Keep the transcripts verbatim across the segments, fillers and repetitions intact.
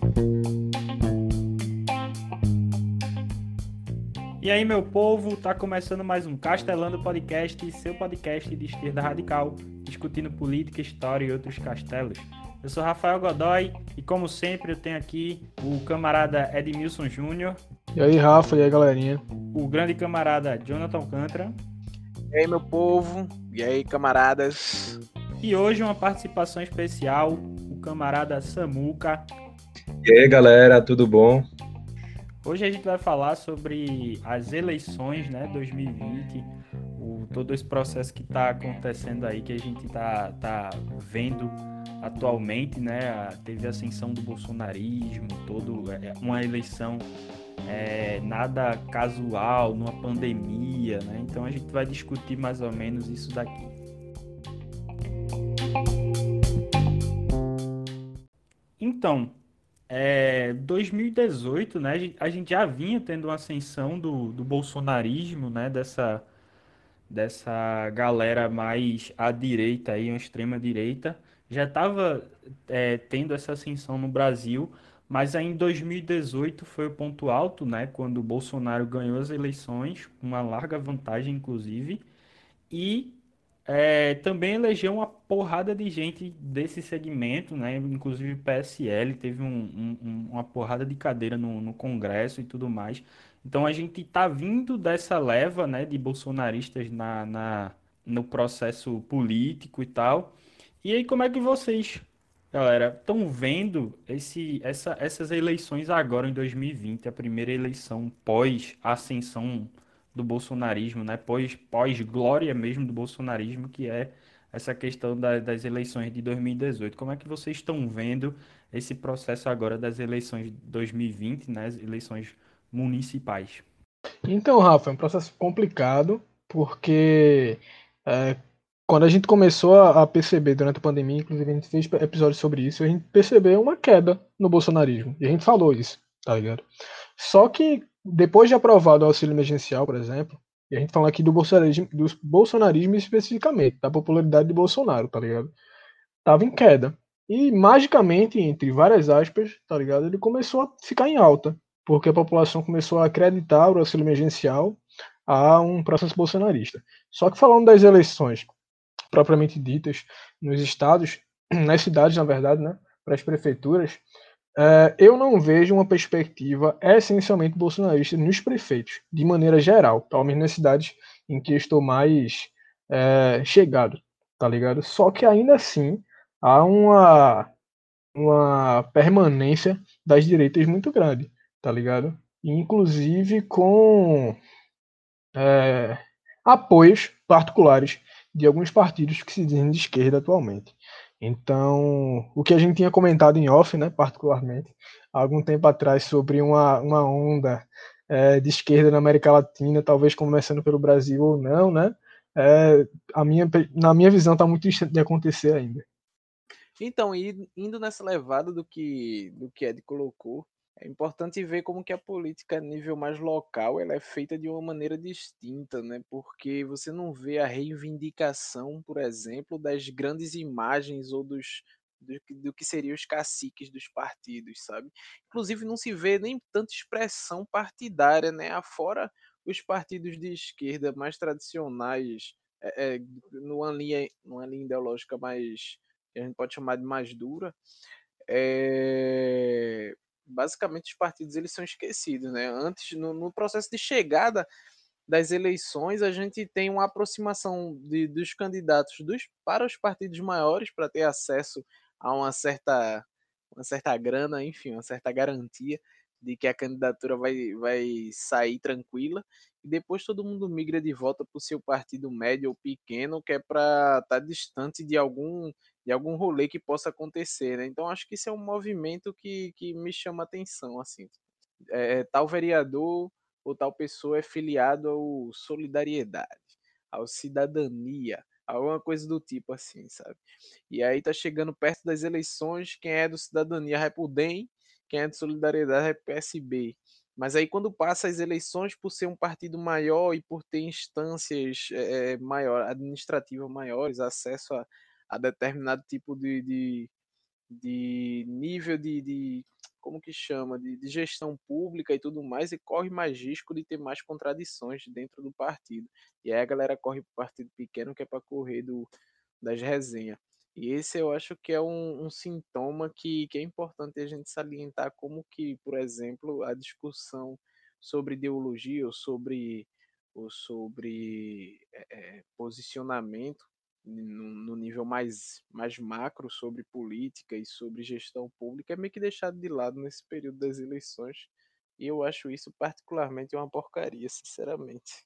E aí, meu povo, tá começando mais um Castelando Podcast, seu podcast de esquerda radical, discutindo política, história e outros castelos. Eu sou Rafael Godoy e, como sempre, eu tenho aqui o camarada Edmilson Júnior. E aí, Rafa, e aí, galerinha? O grande camarada Jonathan Alcântara. E aí, meu povo, e aí, camaradas. E hoje uma participação especial, o camarada Samuca. E aí, galera, tudo bom? Hoje a gente vai falar sobre as eleições, né, dois mil e vinte, o, todo esse processo que está acontecendo aí, que a gente está tá vendo atualmente, né, teve a ascensão do bolsonarismo, todo, é, uma eleição é, nada casual, numa pandemia, né, então a gente vai discutir mais ou menos isso daqui. Então, É, dois mil e dezoito, né, a gente já vinha tendo uma ascensão do, do bolsonarismo, né, dessa, dessa galera mais à direita, aí, uma extrema direita, já estava é, tendo essa ascensão no Brasil, mas aí em dois mil e dezoito foi o ponto alto, né, quando o Bolsonaro ganhou as eleições, com uma larga vantagem, inclusive, e é, também elegeu uma porrada de gente desse segmento, né? Inclusive o P S L teve um- um- um- uma porrada de cadeira no, no Congresso e tudo mais. Então a gente está vindo dessa leva, né, de bolsonaristas na, na- no processo político e tal. E aí, como é que vocês, galera, estão vendo esse, essa- essas eleições agora em dois mil e vinte, a primeira eleição pós ascensão do bolsonarismo, né? Pós, pós-glória mesmo do bolsonarismo, que é essa questão da- das eleições de dois mil e dezoito. Como é que vocês estão vendo esse processo agora das eleições de dois mil e vinte, né? As eleições municipais? Então, Rafa, é um processo complicado, porque é, quando a gente começou a, a perceber durante a pandemia, inclusive a gente fez episódios sobre isso, a gente percebeu uma queda no bolsonarismo. E a gente falou isso, tá ligado? Só que depois de aprovado o auxílio emergencial, por exemplo, e a gente fala aqui do bolsonarismo, do bolsonarismo especificamente, da popularidade de Bolsonaro, tá ligado? Tava em queda. E magicamente, entre várias aspas, tá ligado? Ele começou a ficar em alta, porque a população começou a acreditar o auxílio emergencial a um processo bolsonarista. Só que falando das eleições propriamente ditas nos estados, nas cidades, na verdade, né, para as prefeituras, é, eu não vejo uma perspectiva essencialmente bolsonarista nos prefeitos, de maneira geral, pelo menos nas cidades em que eu estou mais é, chegado, tá ligado? Só que ainda assim há uma, uma permanência das direitas muito grande, tá ligado? E, inclusive com é, apoios particulares de alguns partidos que se dizem de esquerda atualmente. Então, o que a gente tinha comentado em off, né, particularmente, há algum tempo atrás, sobre uma, uma onda é, de esquerda na América Latina, talvez começando pelo Brasil ou não, né? É, a minha, na minha visão, está muito distante de acontecer ainda. Então, e indo nessa levada do que, do que Ed colocou, é importante ver como que a política a nível mais local ela é feita de uma maneira distinta, né? Porque você não vê a reivindicação, por exemplo, das grandes imagens ou dos do, que- do que seriam os caciques dos partidos, sabe? Inclusive não se vê nem tanta expressão partidária, né? Afora os partidos de esquerda mais tradicionais, é, é, numa linha, numa linha ideológica mais que a gente pode chamar de mais dura, é... basicamente os partidos eles são esquecidos, né? Antes, no, no processo de chegada das eleições, a gente tem uma aproximação de, dos candidatos dos, para os partidos maiores para ter acesso a uma certa, uma certa grana, enfim, uma certa garantia de que a candidatura vai, vai sair tranquila, e depois todo mundo migra de volta para o seu partido médio ou pequeno, que é para estar tá distante de algum, de algum rolê que possa acontecer, né? Então acho que isso é um movimento que, que me chama atenção, assim. É, tal vereador ou tal pessoa é filiado ao Solidariedade, ao Cidadania, alguma coisa do tipo assim, sabe? E aí tá chegando perto das eleições, quem é do Cidadania vai pro D E M, quem é do Solidariedade vai pro P S B. Mas aí quando passa as eleições, por ser um partido maior e por ter instâncias é, maior, administrativas maiores, acesso a, a determinado tipo de, de, de nível de, de como que chama, de, de gestão pública e tudo mais, e corre mais risco de ter mais contradições dentro do partido. E aí a galera corre para o partido pequeno, que é para correr do, das resenhas. E esse eu acho que é um, um sintoma que, que é importante a gente salientar, como que, por exemplo, a discussão sobre ideologia ou sobre, ou sobre é, é, posicionamento no, no nível mais, mais macro sobre política e sobre gestão pública é meio que deixado de lado nesse período das eleições. E eu acho isso particularmente uma porcaria, sinceramente.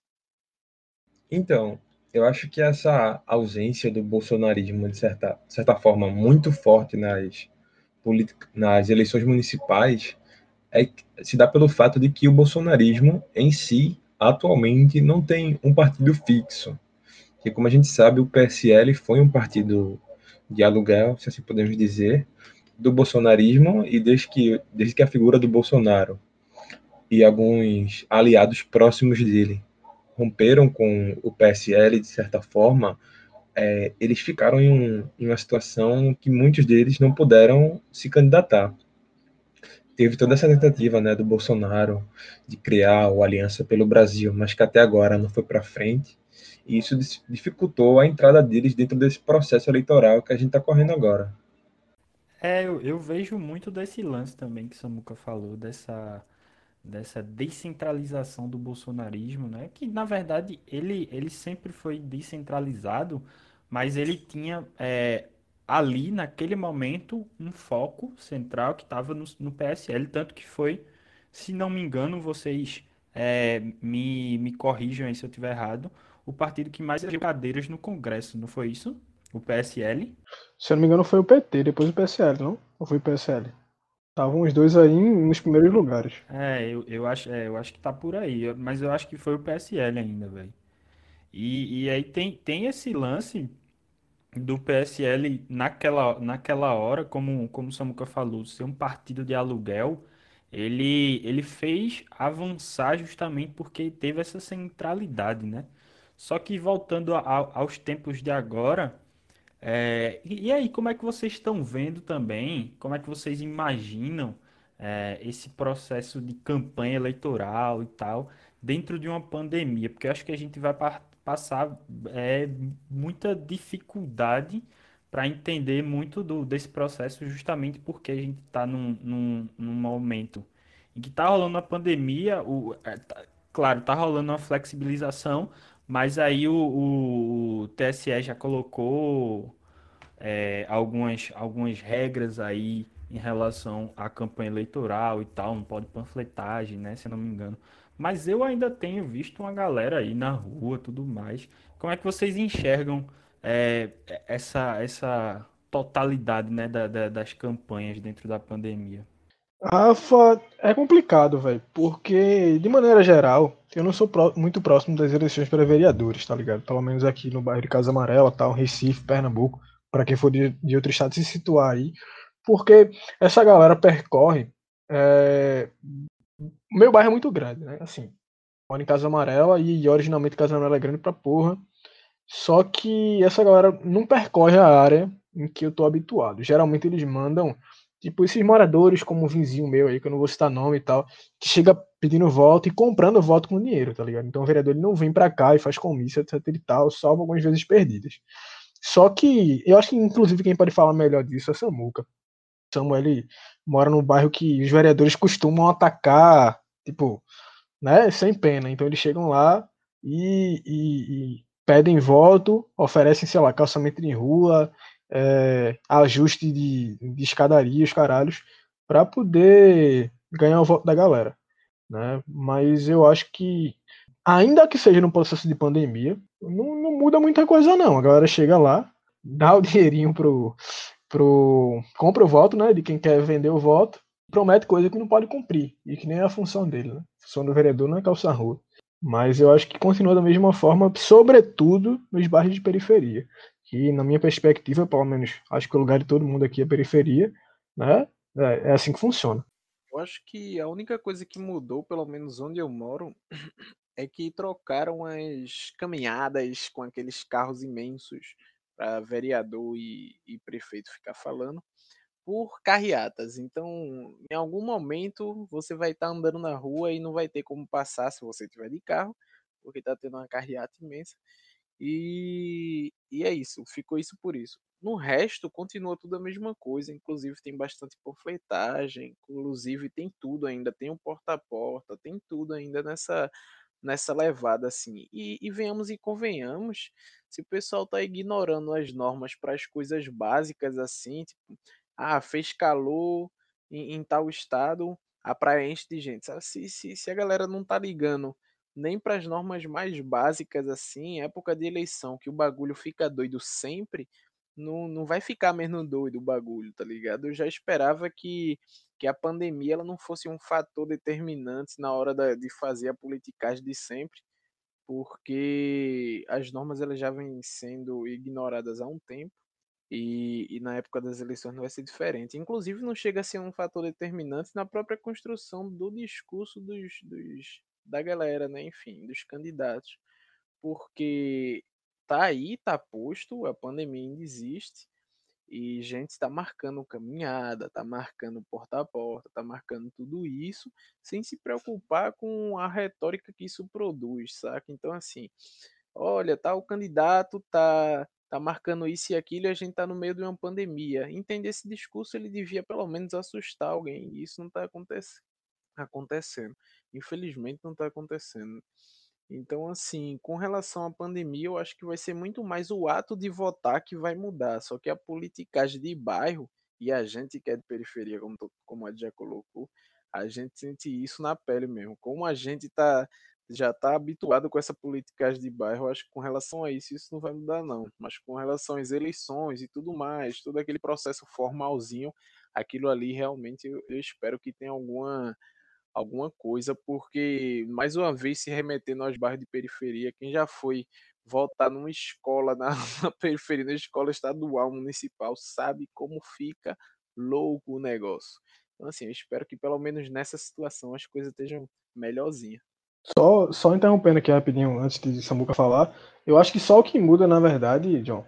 Então, eu acho que essa ausência do bolsonarismo, de certa, de certa forma, muito forte nas, politic- nas eleições municipais, é, se dá pelo fato de que o bolsonarismo em si, atualmente, não tem um partido fixo. Que, como a gente sabe, o P S L foi um partido de aluguel, se assim podemos dizer, do bolsonarismo, e desde que, desde que a figura do Bolsonaro e alguns aliados próximos dele romperam com o P S L, de certa forma, é, eles ficaram em, um, em uma situação que muitos deles não puderam se candidatar. Teve toda essa tentativa, né, do Bolsonaro de criar o Aliança pelo Brasil, mas que até agora não foi para frente. E isso dificultou a entrada deles dentro desse processo eleitoral que a gente está correndo agora. É, eu, eu vejo muito desse lance também que Samuca falou, dessa, dessa descentralização do bolsonarismo, né? Que na verdade ele, ele sempre foi descentralizado, mas ele tinha é, ali naquele momento um foco central que estava no, no P S L, tanto que foi, se não me engano, vocês é, me, me corrijam aí se eu estiver errado, o partido que mais elegeu cadeiras no Congresso, não foi isso? O P S L? Se eu não me engano, foi o P T, depois o P S L, não? Ou foi o P S L? Estavam os dois aí nos primeiros lugares. É, eu, eu acho, é, eu acho que tá por aí, eu- mas eu acho que foi o P S L ainda, velho. E, e aí tem, tem esse lance do P S L naquela, naquela hora, como, como o Samuca falou, ser um partido de aluguel, ele, ele fez avançar justamente porque teve essa centralidade, né? Só que voltando a- a- aos tempos de agora, é, e e aí, como é que vocês estão vendo também? Como é que vocês imaginam é, esse processo de campanha eleitoral e tal dentro de uma pandemia? Porque eu acho que a gente vai pa- passar é, muita dificuldade para entender muito do, desse processo, justamente porque a gente está num, num, num momento em que está rolando a pandemia, o, é, tá- claro, está rolando uma flexibilização, mas aí o, o o T S E já colocou é, algumas, algumas regras aí em relação à campanha eleitoral e tal, não pode panfletagem, né, se eu não me engano. Mas eu ainda tenho visto uma galera aí na rua, tudo mais. Como é que vocês enxergam é, essa, essa totalidade, né, da- da- das campanhas dentro da pandemia? Rafa, é complicado, velho, porque, de maneira geral, eu não sou pró- muito próximo das eleições para vereadores, tá ligado? Pelo menos aqui no bairro de Casa Amarela, tal, Recife, Pernambuco, para quem for de, de outro estado se situar aí, porque essa galera percorre. é, O meu bairro é muito grande, né? Assim, moro em Casa Amarela e originalmente Casa Amarela é grande pra porra. Só que essa galera não percorre a área em que eu tô habituado. Geralmente eles mandam, tipo, esses moradores, como um vizinho meu aí, que eu não vou citar nome e tal, que chega pedindo voto e comprando voto com dinheiro, tá ligado? Então o vereador ele não vem pra cá e faz comício, etc e tal, salvo algumas vezes perdidas. Só que eu acho que, inclusive, quem pode falar melhor disso é Samuca. Samuel ele mora num bairro que os vereadores costumam atacar, tipo, né, sem pena. Então eles chegam lá e, e- e pedem voto, oferecem, sei lá, calçamento de rua, é, ajuste de, de escadaria, os caralhos, para poder ganhar o voto da galera, né? Mas eu acho que, ainda que seja num processo de pandemia, não, não muda muita coisa não. A galera chega lá, dá o dinheirinho pro, pro compra o voto, né, de quem quer vender o voto, promete coisa que não pode cumprir e que nem é a função dele, né? A função do vereador não é calçar rua. Mas eu acho que continua da mesma forma, sobretudo nos bairros de periferia, que na minha perspectiva, pelo menos, acho que o lugar de todo mundo aqui é periferia, né? É, é assim que funciona. Eu acho que a única coisa que mudou, pelo menos onde eu moro, é que trocaram as caminhadas com aqueles carros imensos para vereador e, e prefeito ficar falando por carreatas. Então, em algum momento, você vai estar andando na rua e não vai ter como passar se você tiver de carro, porque está tendo uma carreata imensa. E, e é isso, ficou isso por isso. No resto, continua tudo a mesma coisa, inclusive tem bastante panfletagem, inclusive tem tudo ainda, tem o porta a porta, tem tudo ainda nessa, nessa levada assim. E, e venhamos e convenhamos, se o pessoal está ignorando as normas para as coisas básicas assim, tipo, ah, fez calor em, em tal estado, a praia enche de gente. Sabe? Se, se, se a galera não tá ligando nem para as normas mais básicas assim, época de eleição, que o bagulho fica doido sempre, não, não vai ficar mesmo doido o bagulho, tá ligado? Eu já esperava que, que a pandemia ela não fosse um fator determinante na hora da, de fazer a politicagem de sempre, porque as normas elas já vêm sendo ignoradas há um tempo. E, e na época das eleições não vai ser diferente. Inclusive, não chega a ser um fator determinante na própria construção do discurso dos, dos, da galera, né? Enfim, dos candidatos. Porque tá aí, tá posto, a pandemia ainda existe, e gente está marcando caminhada, está marcando porta a porta, está marcando tudo isso, sem se preocupar com a retórica que isso produz, saca? Então, assim, olha, tal candidato tá tá marcando isso e aquilo e a gente tá no meio de uma pandemia. Entender esse discurso, ele devia pelo menos assustar alguém. E isso não tá acontecendo. acontecendo. Infelizmente não tá acontecendo. Então, assim, com relação à pandemia, eu acho que vai ser muito mais o ato de votar que vai mudar. Só que a politicagem de bairro, e a gente que é de periferia, como, to- como a Ed já colocou, a gente sente isso na pele mesmo. Como a gente tá, já está habituado com essa politicagem de bairro, eu acho que com relação a isso, isso não vai mudar, não. Mas com relação às eleições e tudo mais, todo aquele processo formalzinho, aquilo ali realmente eu, eu espero que tenha alguma alguma coisa, porque, mais uma vez, se remetendo aos bairros de periferia, quem já foi votar numa escola na, na periferia, na escola estadual, municipal, sabe como fica louco o negócio. Então, assim, eu espero que pelo menos nessa situação as coisas estejam melhorzinhas. Só, só interrompendo aqui rapidinho, antes de Samuca falar, eu acho que só o que muda, na verdade, John,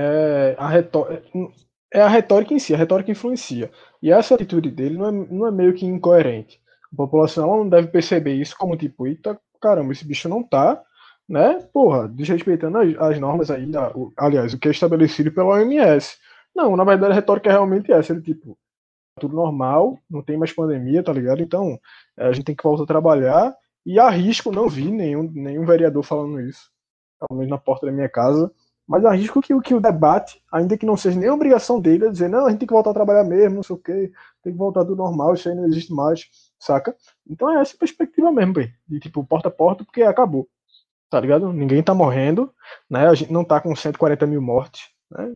é a retórica, é a retórica em si, a retórica influencia. E essa atitude dele não é, não é meio que incoerente. A população não deve perceber isso como tipo, eita, caramba, esse bicho não tá, né, porra, desrespeitando as, as normas aí, da, o, aliás, o que é estabelecido pela O M S. Não, na verdade a retórica é realmente essa, ele tipo, tudo normal, não tem mais pandemia, tá ligado? Então, a gente tem que voltar a trabalhar. E arrisco, não vi nenhum, nenhum vereador falando isso, pelo menos na porta da minha casa, mas arrisco que, que o debate, ainda que não seja nem obrigação dele, é dizer, não, a gente tem que voltar a trabalhar mesmo, não sei o quê, tem que voltar do normal, isso aí não existe mais, saca? Então é essa perspectiva mesmo, bem, de tipo, porta a porta, porque acabou, tá ligado? Ninguém tá morrendo, né? A gente não tá com cento e quarenta mil mortes, né?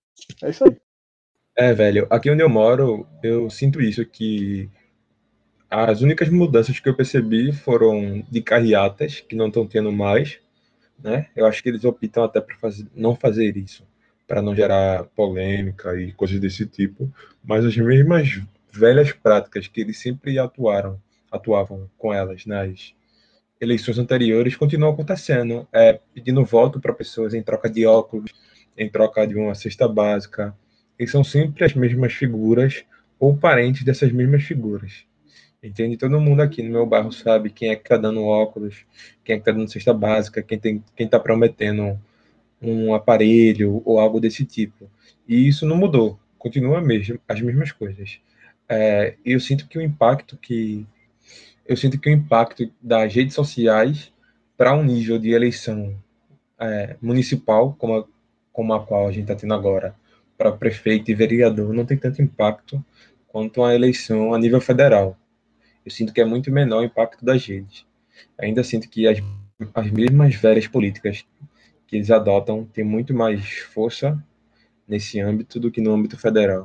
É isso aí. É, velho, aqui onde eu moro, eu sinto isso, que as únicas mudanças que eu percebi foram de carreatas, que não estão tendo mais, né? Eu acho que eles optam até por fazer, não fazer isso, para não gerar polêmica e coisas desse tipo, mas as mesmas velhas práticas que eles sempre atuaram, atuavam com elas nas eleições anteriores continuam acontecendo, é, pedindo voto para pessoas em troca de óculos, em troca de uma cesta básica, e são sempre as mesmas figuras ou parentes dessas mesmas figuras. Entende? Todo mundo aqui no meu bairro sabe quem é que está dando óculos, quem é que está dando cesta básica, quem tem, quem está prometendo um aparelho ou algo desse tipo. E isso não mudou, continua mesmo, as mesmas coisas. É, eu sinto que o impacto que eu sinto que o impacto das redes sociais para um nível de eleição é, municipal como a, como a qual a gente está tendo agora para prefeito e vereador não tem tanto impacto quanto a eleição a nível federal. Eu sinto que é muito menor o impacto das redes. Ainda sinto que as, as mesmas velhas políticas que eles adotam têm muito mais força nesse âmbito do que no âmbito federal.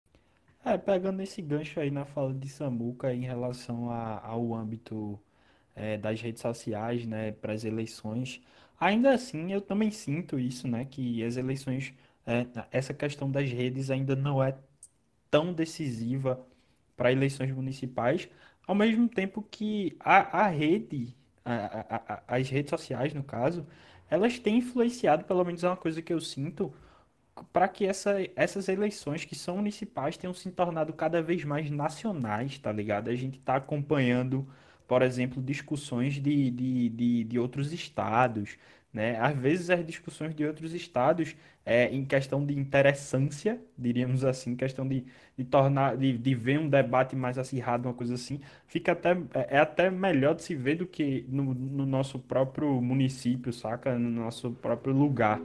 É, pegando esse gancho aí na fala de Samuca em relação a- ao âmbito é, das redes sociais, né, para as eleições, ainda assim eu também sinto isso, né, que as eleições, é, essa questão das redes ainda não é tão decisiva para eleições municipais, ao mesmo tempo que a, a rede, a- a- a- as redes sociais, no caso, elas têm influenciado, pelo menos é uma coisa que eu sinto, para que essa, essas eleições que são municipais tenham se tornado cada vez mais nacionais, tá ligado? A gente está acompanhando, por exemplo, discussões de, de, de, de outros estados, né? Às vezes as discussões de outros estados é em questão de interessância, diríamos assim, questão de, de tornar, de, de ver um debate mais acirrado, uma coisa assim, fica até, é é até melhor de se ver do que no, no nosso próprio município, saca? No nosso próprio lugar.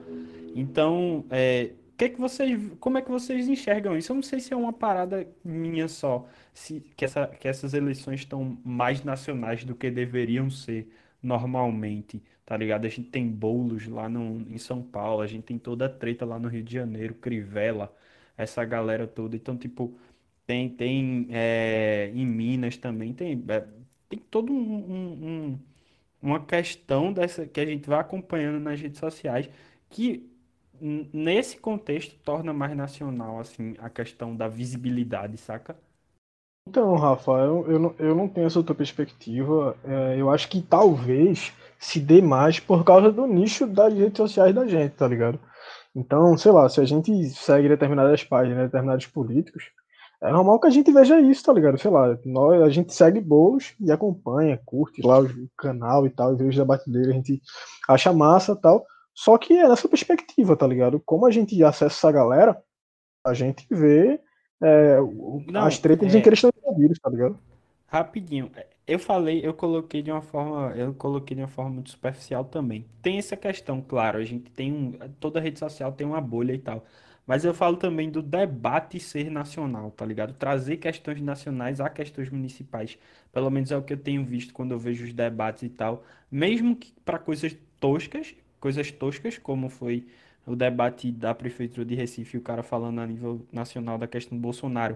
Então, é, que é que vocês, como é que vocês enxergam isso? Eu não sei se é uma parada minha só, se, que, essa, que essas eleições estão mais nacionais do que deveriam ser normalmente, tá ligado? A gente tem bolos lá no, em São Paulo, a gente tem toda a treta lá no Rio de Janeiro, Crivella, essa galera toda. Então, tipo, tem, tem é, em Minas também, tem, é, tem todo um, um- um- uma questão dessa que a gente vai acompanhando nas redes sociais que n- nesse contexto torna mais nacional assim a questão da visibilidade, saca? Então, Rafa, eu, eu, não, eu não tenho essa outra perspectiva. É, eu acho que talvez se dê mais por causa do nicho das redes sociais da gente, tá ligado? Então, sei lá, se a gente segue determinadas páginas, determinados políticos, é normal que a gente veja isso, tá ligado? Sei lá, nós, a gente segue Boulos e acompanha, curte lá o canal e tal, e vê os debates dele, a gente acha massa e tal. Só que é nessa perspectiva, tá ligado? Como a gente acessa essa galera, a gente vê é, o- as Não, tretas em que é eles estão envolvidos, tá ligado? rapidinho. é, Eu falei, eu coloquei de uma forma, eu coloquei de uma forma muito superficial também. Tem essa questão, claro, a gente tem um, toda rede social tem uma bolha e tal. Mas eu falo também do debate ser nacional, tá ligado? Trazer questões nacionais a questões municipais. Pelo menos é o que eu tenho visto quando eu vejo os debates e tal. Mesmo que para coisas toscas, coisas toscas, como foi o debate da Prefeitura de Recife, o cara falando a nível nacional da questão do Bolsonaro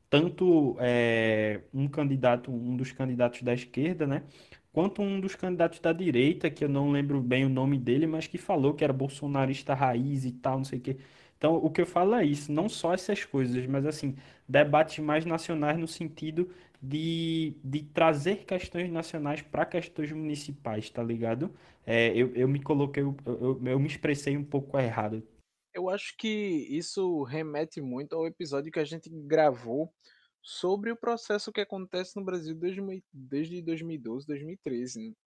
tanto é, um candidato, um dos candidatos da esquerda, né, quanto um dos candidatos da direita, que eu não lembro bem o nome dele, mas que falou que era bolsonarista raiz e tal, não sei o quê. Então, o que eu falo é isso, não só essas coisas, mas assim, debates mais nacionais no sentido de, de trazer questões nacionais para questões municipais, tá ligado? É, eu, eu me coloquei, eu, eu, eu me expressei um pouco errado. Eu acho que isso remete muito ao episódio que a gente gravou sobre o processo que acontece no Brasil desde, mui- desde dois mil e doze, dois mil e treze, né?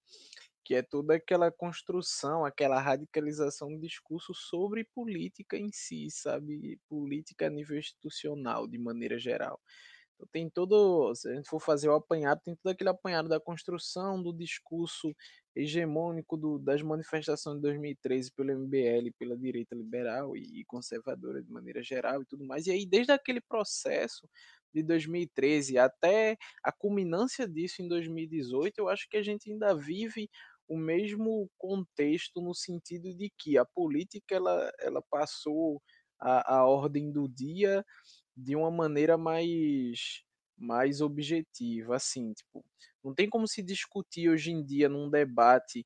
Que é toda aquela construção, aquela radicalização do discurso sobre política em si, sabe? Política a nível institucional, de maneira geral. Então, tem todo, se a gente for fazer o apanhado, tem todo aquele apanhado da construção do discurso hegemônico do, das manifestações de dois mil e treze pelo M B L, pela direita liberal e, e conservadora de maneira geral e tudo mais. E aí, desde aquele processo de dois mil e treze até a culminância disso em dois mil e dezoito, eu acho que a gente ainda vive o mesmo contexto no sentido de que a política ela, ela passou a, a ordem do dia de uma maneira mais mais objetiva, assim, tipo, não tem como se discutir hoje em dia num debate,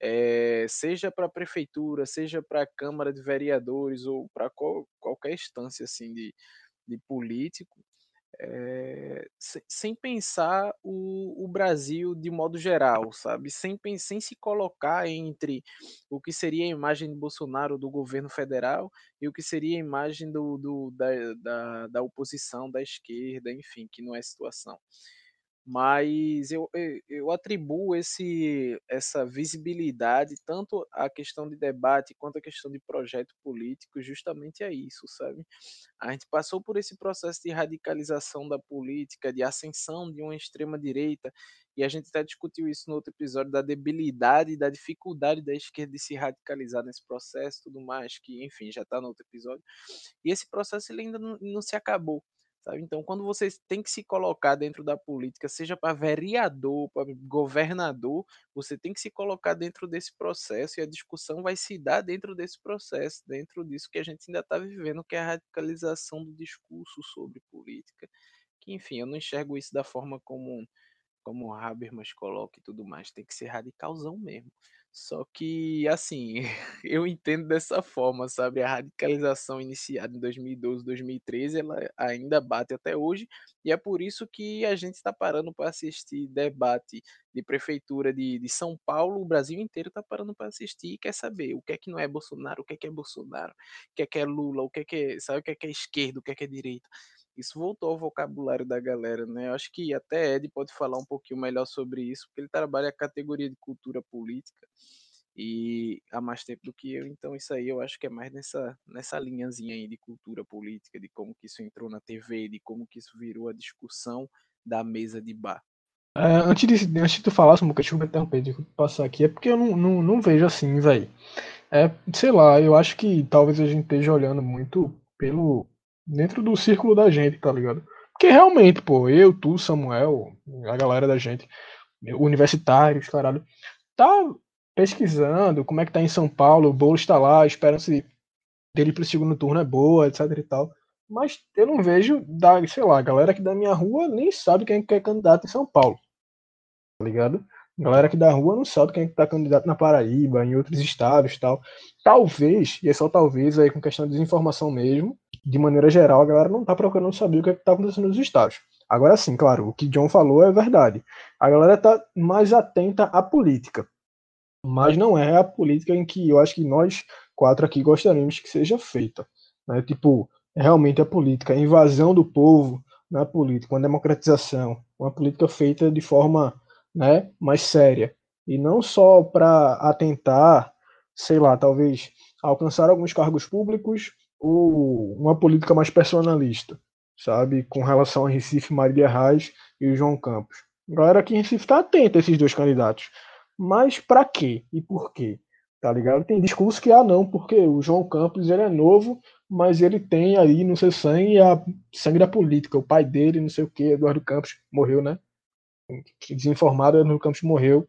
eh, seja para a prefeitura, seja para a Câmara de Vereadores ou para qual, qualquer instância assim de, de político, é, se- sem pensar o, o Brasil de modo geral, sabe? Sem, pen- sem se colocar entre o que seria a imagem de Bolsonaro do governo federal e o que seria a imagem do, do- da, da, da oposição, da esquerda, enfim, que não é situação. Mas eu, eu eu atribuo esse, essa visibilidade, tanto à questão de debate quanto à questão de projeto político, justamente a isso, sabe? A gente passou por esse processo de radicalização da política, de ascensão de uma extrema-direita, e a gente até discutiu isso no outro episódio, da debilidade e da dificuldade da esquerda de se radicalizar nesse processo tudo mais, que, enfim, já está no outro episódio. E esse processo ele ainda não, não se acabou. Sabe? Então, quando você tem que se colocar dentro da política, seja para vereador, para governador, você tem que se colocar dentro desse processo e a discussão vai se dar dentro desse processo, dentro disso que a gente ainda está vivendo, que é a radicalização do discurso sobre política. Que, enfim, eu não enxergo isso da forma como como o Habermas coloca e tudo mais, tem que ser radicalzão mesmo. Só que, assim, eu entendo dessa forma, sabe? A radicalização iniciada em dois mil e doze, dois mil e treze, ela ainda bate até hoje, e é por isso que a gente está parando para assistir debate de prefeitura de, de São Paulo, o Brasil inteiro está parando para assistir e quer saber o que é que não é Bolsonaro, o que é que é Bolsonaro, o que é que é Lula, o que é que é, sabe, o que é que é esquerda, o que é que é direita. Isso voltou ao vocabulário da galera, né? Eu acho que até Ed pode falar um pouquinho melhor sobre isso, porque ele trabalha a categoria de cultura política e há mais tempo do que eu, então isso aí eu acho que é mais nessa, nessa linhazinha aí de cultura política, de como que isso entrou na T V, de como que isso virou a discussão da mesa de bar. É, antes, de, antes de tu falar, Samuca, deixa eu me interromper, deixa eu passar aqui, é porque eu não, não, não vejo assim, velho. É, sei lá, eu acho que talvez a gente esteja olhando muito pelo dentro do círculo da gente, tá ligado? Porque realmente, pô, eu, tu, Samuel, a galera da gente, universitários, caralho, tá pesquisando como é que tá em São Paulo, o Boulos tá lá, a esperança dele pro segundo turno é boa, etc e tal. Mas eu não vejo, da, sei lá, a galera aqui da minha rua nem sabe quem é candidato em São Paulo, tá ligado? A galera aqui da rua não sabe quem é que tá candidato na Paraíba, em outros estados e tal. Talvez, e é só talvez, aí com questão de desinformação mesmo, de maneira geral, a galera não tá procurando saber o que é que tá acontecendo nos estados. Agora sim, claro, o que John falou é verdade. A galera tá mais atenta à política, mas não é a política em que eu acho que nós quatro aqui gostaríamos que seja feita. Né? Tipo, realmente a política, a invasão do povo na política, uma democratização, uma política feita de forma, né, mais séria. E não só para atentar, sei lá, talvez alcançar alguns cargos públicos ou uma política mais personalista, sabe, com relação a Recife, Marília Reis e o João Campos. A galera aqui em Recife está atenta a esses dois candidatos. Mas para quê e por quê? Tá ligado? Tem discurso que, ah, não, porque o João Campos ele é novo, mas ele tem aí no seu sangue a sangue da política. O pai dele, não sei o que, Eduardo Campos, morreu, né? Desinformado, Eduardo Campos morreu.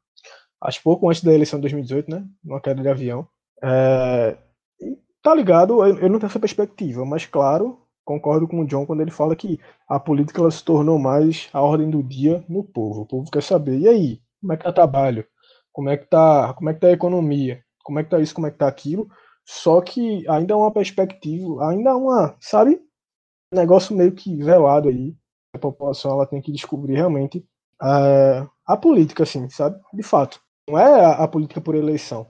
Acho pouco antes da eleição de dois mil e dezoito, né? Numa queda de avião. É... Tá ligado? Eu, eu não tenho essa perspectiva, mas claro, concordo com o John quando ele fala que a política ela se tornou mais a ordem do dia no povo. O povo quer saber, e aí? Como é que tá o trabalho? Como é que tá, como é que tá a economia? Como é que tá isso, como é que tá aquilo? Só que ainda é uma perspectiva, ainda é uma, sabe, um negócio meio que velado aí. A população ela tem que descobrir realmente é, a política, assim, sabe? De fato. Não é a, a política por eleição.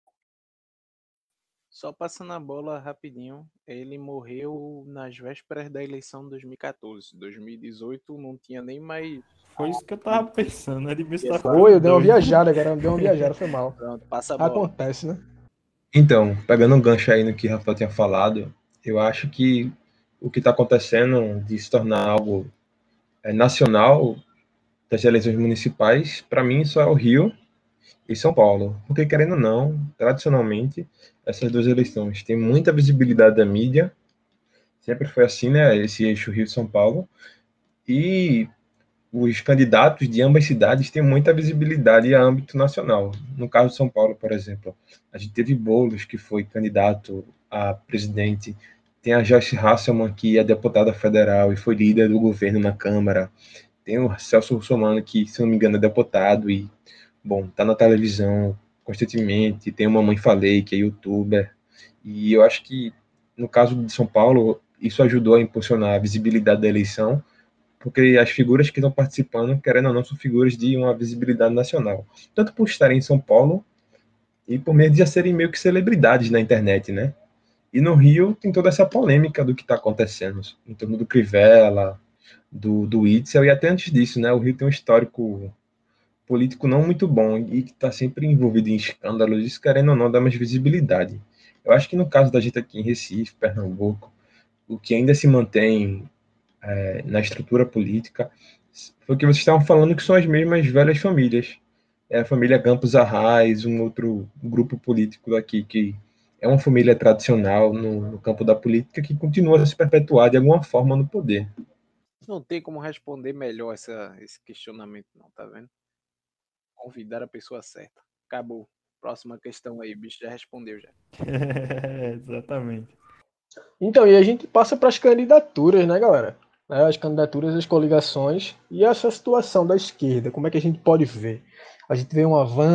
Só passando a bola rapidinho, ele morreu nas vésperas da eleição de dois mil e quatorze. dois mil e dezoito não tinha nem mais. Foi isso que eu tava pensando, né? De me estar Foi, eu dei uma doido. viajada, agora deu uma viajada, foi mal. Pronto, passa a bola. Acontece, né? Então, pegando um gancho aí no que o Rafael tinha falado, eu acho que o que está acontecendo de se tornar algo é, nacional das eleições municipais, para mim só é o Rio e São Paulo. Porque, querendo ou não, tradicionalmente, essas duas eleições têm muita visibilidade da mídia, sempre foi assim, né? Esse eixo Rio e São Paulo. E os candidatos de ambas cidades têm muita visibilidade a âmbito nacional. No caso de São Paulo, por exemplo, a gente teve Boulos, que foi candidato a presidente, tem a Joyce Hasselmann, que é deputada federal e foi líder do governo na Câmara, tem o Celso Russomano, que, se não me engano, é deputado e, bom, tá na televisão constantemente, tem uma Mamãe Falei, que é youtuber, e eu acho que, no caso de São Paulo, isso ajudou a impulsionar a visibilidade da eleição, porque as figuras que estão participando, querendo ou não, são figuras de uma visibilidade nacional. Tanto por estarem em São Paulo e por meio de já serem meio que celebridades na internet, né? E no Rio tem toda essa polêmica do que está acontecendo em torno do Crivella, do, do Itzel, e até antes disso, né? O Rio tem um histórico político não muito bom e que está sempre envolvido em escândalos, isso querendo ou não dá mais visibilidade. Eu acho que no caso da gente aqui em Recife, Pernambuco, o que ainda se mantém é, na estrutura política, foi o que vocês estavam falando, que são as mesmas velhas famílias. É a família Campos Arraes, um outro grupo político daqui, que é uma família tradicional no, no campo da política, que continua a se perpetuar de alguma forma no poder. Não tem como responder melhor essa, esse questionamento, não, tá vendo? Convidar a pessoa certa. Acabou. Próxima questão aí, o bicho já respondeu já. É, exatamente. Então, e a gente passa para as candidaturas, né, galera? As candidaturas, as coligações e essa situação da esquerda, como é que a gente pode ver? A gente vê um avanço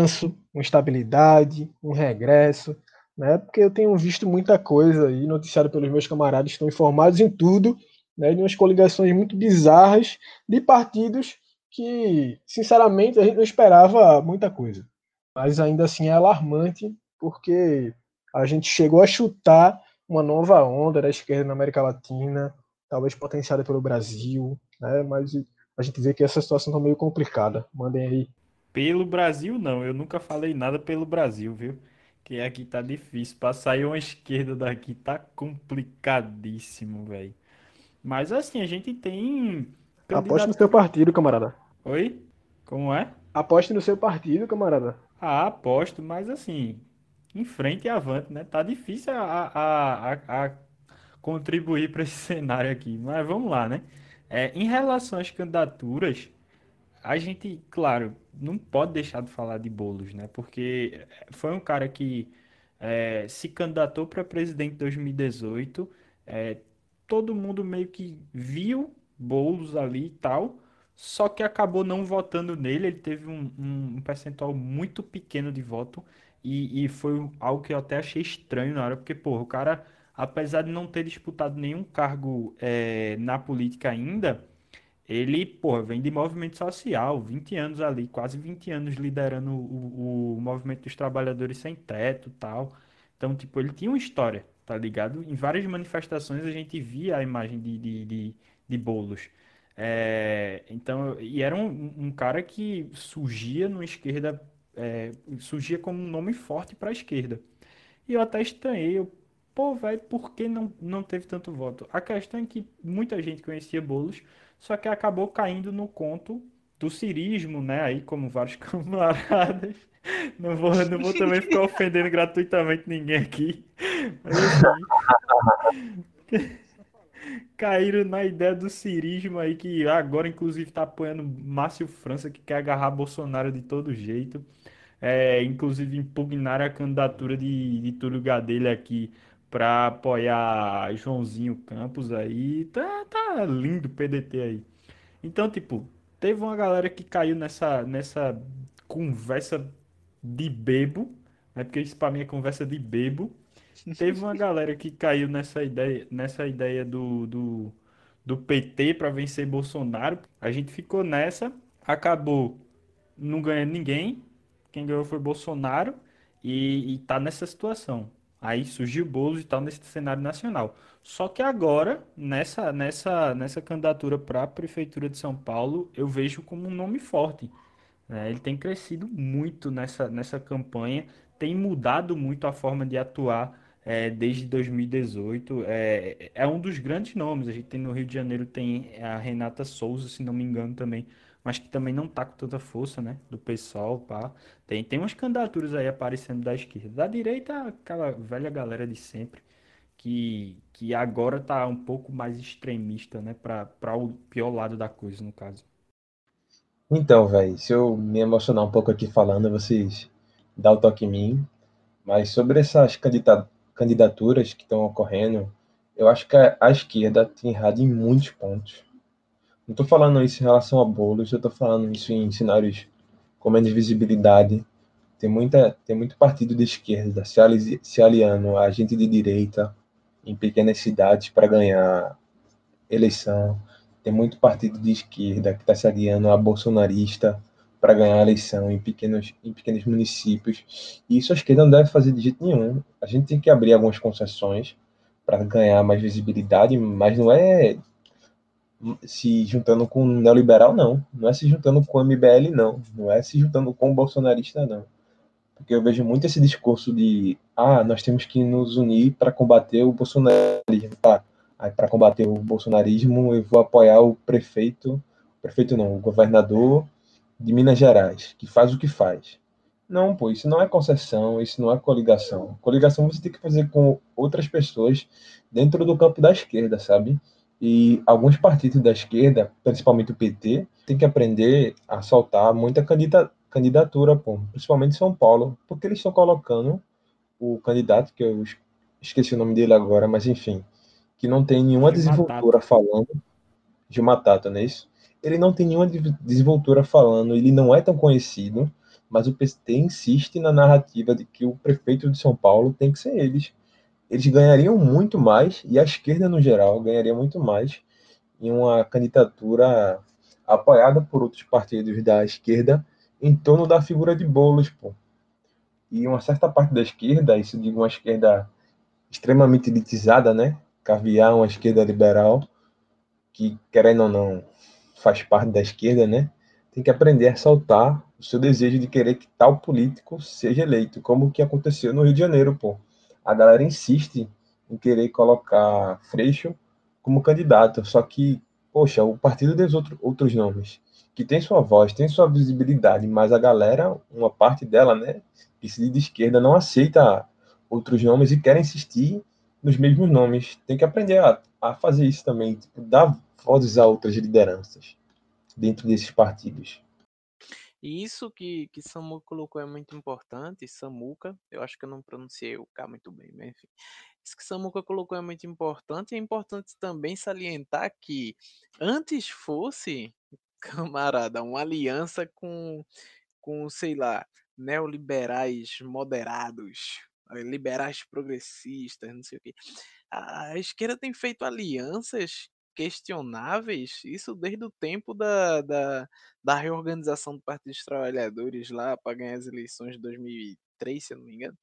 uma estabilidade, um regresso, né? Porque eu tenho visto muita coisa aí, noticiado pelos meus camaradas que estão informados em tudo, né? De umas coligações muito bizarras de partidos que, sinceramente, a gente não esperava muita coisa. Mas ainda assim é alarmante, porque a gente chegou a chutar uma nova onda da esquerda na América Latina, talvez potenciada pelo Brasil, né? Mas a gente vê que essa situação está meio complicada. Mandem aí. Pelo Brasil, não. Eu nunca falei nada pelo Brasil, viu? Que aqui tá difícil. Pra sair uma esquerda daqui tá complicadíssimo, velho. Mas assim, a gente tem Aposte no seu candidatura. partido, camarada. Oi? Como é? Aposte no seu partido, camarada. Ah, aposto, mas assim, em frente e avante, né? Tá difícil a, a, a, a contribuir para esse cenário aqui. Mas vamos lá, né? É, em relação às candidaturas. A gente, claro, não pode deixar de falar de Boulos, né? Porque foi um cara que eh, se candidatou para presidente em dois mil e dezoito. eh, Todo mundo meio que viu Boulos ali e tal, só que acabou não votando nele. Ele teve um, um- um percentual muito pequeno de voto e, e foi algo que eu até achei estranho na hora, porque, pô, o cara, apesar de não ter disputado nenhum cargo eh, na política ainda. Ele, pô, vem de movimento social, vinte anos ali, quase vinte anos liderando o, o movimento dos trabalhadores sem teto e tal. Então, tipo, ele tinha uma história, tá ligado? Em várias manifestações a gente via a imagem de, de, de, de Boulos. É, então, e era um, um cara que surgia no esquerda, é, surgia como um nome forte para a esquerda. E eu até estranhei, eu, pô, velho, por que não, não teve tanto voto? A questão é que muita gente conhecia Boulos, só que acabou caindo no conto do cirismo, né? Aí, como vários camaradas. Não vou, não vou também ficar ofendendo gratuitamente ninguém aqui. Mas assim, caíram na ideia do cirismo aí, que agora inclusive tá apoiando Márcio França, que quer agarrar Bolsonaro de todo jeito. É, inclusive impugnar a candidatura de, de Túlio Gadelha aqui para apoiar Joãozinho Campos aí. Tá, tá lindo o P D T aí. Então, tipo, teve uma galera que caiu nessa, nessa conversa de bebo, né? Porque isso pra mim é conversa de bebo. Teve uma galera que caiu nessa ideia, nessa ideia do, do, do P T para vencer Bolsonaro. A gente ficou nessa, acabou não ganhando ninguém. Quem ganhou foi Bolsonaro e, e tá nessa situação. Aí surgiu Boulos e tal nesse cenário nacional. Só que agora, nessa, nessa, nessa candidatura para a Prefeitura de São Paulo, eu vejo como um nome forte, né? Ele tem crescido muito nessa, nessa campanha, tem mudado muito a forma de atuar é, desde dois mil e dezoito. É, é um dos grandes nomes. A gente tem no Rio de Janeiro tem a Renata Souza, se não me engano também, mas que também não tá com tanta força, né? Do pessoal, pá. Tem, tem umas candidaturas aí aparecendo da esquerda. Da direita, aquela velha galera de sempre, que, que agora tá um pouco mais extremista, né? Para para o pior lado da coisa, no caso. Então, velho, se eu me emocionar um pouco aqui falando, vocês dão o toque em mim. Mas sobre essas candida- candidaturas que estão ocorrendo, eu acho que a, a esquerda tem errado em muitos pontos. Não estou falando isso em relação a bolos, eu estou falando isso em cenários com menos visibilidade. Tem, muita, tem muito partido de esquerda se, ali, se aliando a gente de direita em pequenas cidades para ganhar eleição. Tem muito partido de esquerda que está se aliando a bolsonarista para ganhar a eleição em pequenos, em pequenos municípios. E isso a esquerda não deve fazer de jeito nenhum. A gente tem que abrir algumas concessões para ganhar mais visibilidade, mas não é se juntando com o neoliberal, não. Não é se juntando com o M B L, não. Não é se juntando com o bolsonarista, não. Porque eu vejo muito esse discurso de ah, nós temos que nos unir para combater o bolsonarismo. Tá? Aí, para combater o bolsonarismo, eu vou apoiar o prefeito, prefeito não, o governador de Minas Gerais, que faz o que faz. Não, pô, isso não é concessão, isso não é coligação. Coligação você tem que fazer com outras pessoas dentro do campo da esquerda, sabe? E alguns partidos da esquerda, principalmente o P T, tem que aprender a soltar muita candida- candidatura, pô, principalmente em São Paulo, porque eles estão colocando o candidato, que eu es- esqueci o nome dele agora, mas enfim, que não tem nenhuma Gilmar Tato. desenvoltura falando, Gilmar Tato, não é isso? Ele não tem nenhuma desenvoltura falando, ele não é tão conhecido, mas o P T insiste na narrativa de que o prefeito de São Paulo tem que ser eles. Eles ganhariam muito mais, e a esquerda no geral ganharia muito mais em uma candidatura apoiada por outros partidos da esquerda em torno da figura de Boulos, pô. E uma certa parte da esquerda, isso digo uma esquerda extremamente elitizada, né? Caviar uma esquerda liberal, que, querendo ou não, faz parte da esquerda, né? Tem que aprender a soltar o seu desejo de querer que tal político seja eleito, como o que aconteceu no Rio de Janeiro, pô. A galera insiste em querer colocar Freixo como candidato, só que, poxa, o partido tem outro, outros nomes, que tem sua voz, tem sua visibilidade, mas a galera, uma parte dela, né, que se diz de esquerda, não aceita outros nomes e quer insistir nos mesmos nomes. Tem que aprender a, a fazer isso também, tipo, dar vozes a outras lideranças dentro desses partidos. E isso que, que Samuca colocou é muito importante. Samuca, eu acho que eu não pronunciei o K muito bem, mas enfim. Isso que Samuca colocou é muito importante. E é importante também salientar que antes fosse, camarada, uma aliança com, com sei lá, neoliberais moderados, eh, liberais progressistas, não sei o quê. A a esquerda tem feito alianças questionáveis, isso desde o tempo da, da, da reorganização do Partido dos Trabalhadores lá para ganhar as eleições de dois mil e três, se eu não me engano.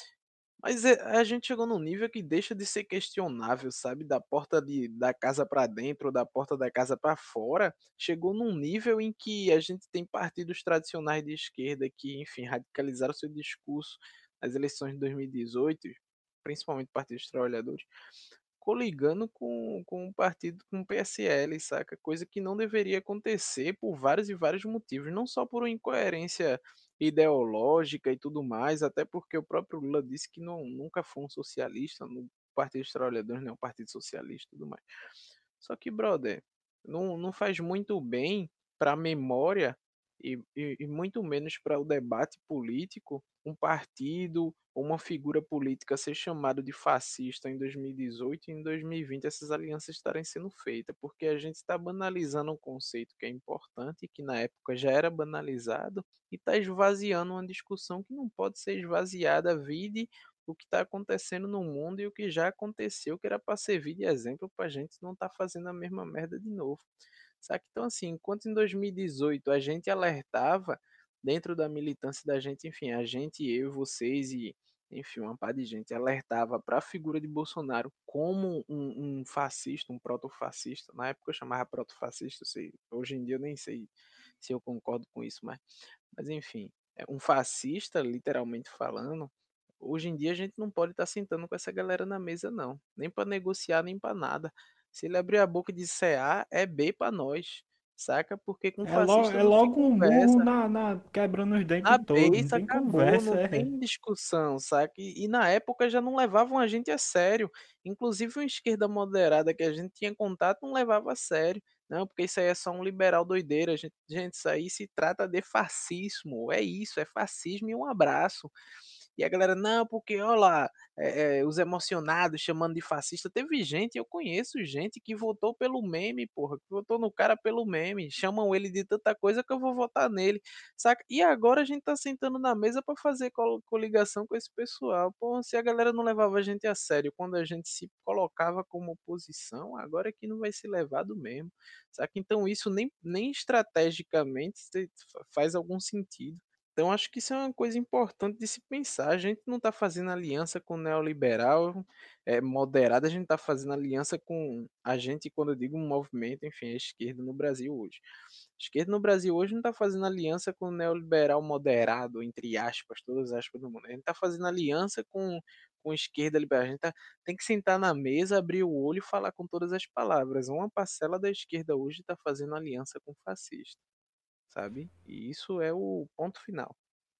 Mas é- a gente chegou num nível que deixa de ser questionável, sabe? Da porta de, da casa para dentro, ou da porta da casa para fora. Chegou num nível em que a gente tem partidos tradicionais de esquerda que, enfim, radicalizaram seu discurso nas eleições de dois mil e dezoito, principalmente o Partido dos Trabalhadores, coligando com, com o partido, com o P S L, saca? Coisa que não deveria acontecer por vários e vários motivos, não só por uma incoerência ideológica e tudo mais, até porque o próprio Lula disse que não, nunca foi um socialista, no Partido dos Trabalhadores não é um partido socialista e tudo mais. Só que, brother, não, não faz muito bem para a memória e, e, e muito menos para o debate político um partido ou uma figura política ser chamado de fascista em dois mil e dezoito e em dois mil e vinte essas alianças estarem sendo feitas, porque a gente está banalizando um conceito que é importante e que na época já era banalizado e está esvaziando uma discussão que não pode ser esvaziada, vide o que está acontecendo no mundo e o que já aconteceu, que era para servir de exemplo para a gente não estar tá fazendo a mesma merda de novo. Sabe? Então, assim, enquanto em dois mil e dezoito a gente alertava dentro da militância da gente, enfim, a gente, eu, vocês e, enfim, uma par de gente alertava para a figura de Bolsonaro como um, um fascista, um protofascista. Na época eu chamava protofascista, sei, hoje em dia eu nem sei se eu concordo com isso, mas, mas enfim, é um fascista, literalmente falando. Hoje em dia a gente não pode estar sentando com essa galera na mesa, não. Nem para negociar, nem para nada. Se ele abrir a boca e disser A, é B para nós. Saca? Porque com É, lo, fascista é não se logo um murro conversa. na, na- quebrando os Na dentes todos, não beiça tem acabou, conversa. não É. tem discussão, saca? E, e na época já não levavam a gente a sério. Inclusive uma esquerda moderada que a gente tinha contato não levava a sério. Não, porque isso aí é só um liberal doideira. Gente, gente, isso aí se trata de fascismo. É isso, é fascismo e um abraço. E a galera, não, porque, olha lá, é, é, os emocionados chamando de fascista. Teve gente, eu conheço gente que votou pelo meme, porra, que votou no cara pelo meme. Chamam ele de tanta coisa que eu vou votar nele, saca? E agora a gente tá sentando na mesa para fazer col- coligação com esse pessoal. Pô, se a galera não levava a gente a sério quando a gente se colocava como oposição, agora é que não vai ser levado mesmo, saca? Então isso nem, nem estrategicamente se- faz algum sentido. Então, acho que isso é uma coisa importante de se pensar. A gente não está fazendo aliança com o neoliberal é, moderado, a gente está fazendo aliança com a gente, quando eu digo um movimento, enfim, a esquerda no Brasil hoje. A esquerda no Brasil hoje não está fazendo aliança com o neoliberal moderado, entre aspas, todas as aspas do mundo. A gente está fazendo aliança com, com a esquerda liberal. A gente tá, tem que sentar na mesa, abrir o olho e falar com todas as palavras. Uma parcela da esquerda hoje está fazendo aliança com o fascista, sabe? E isso é o ponto final.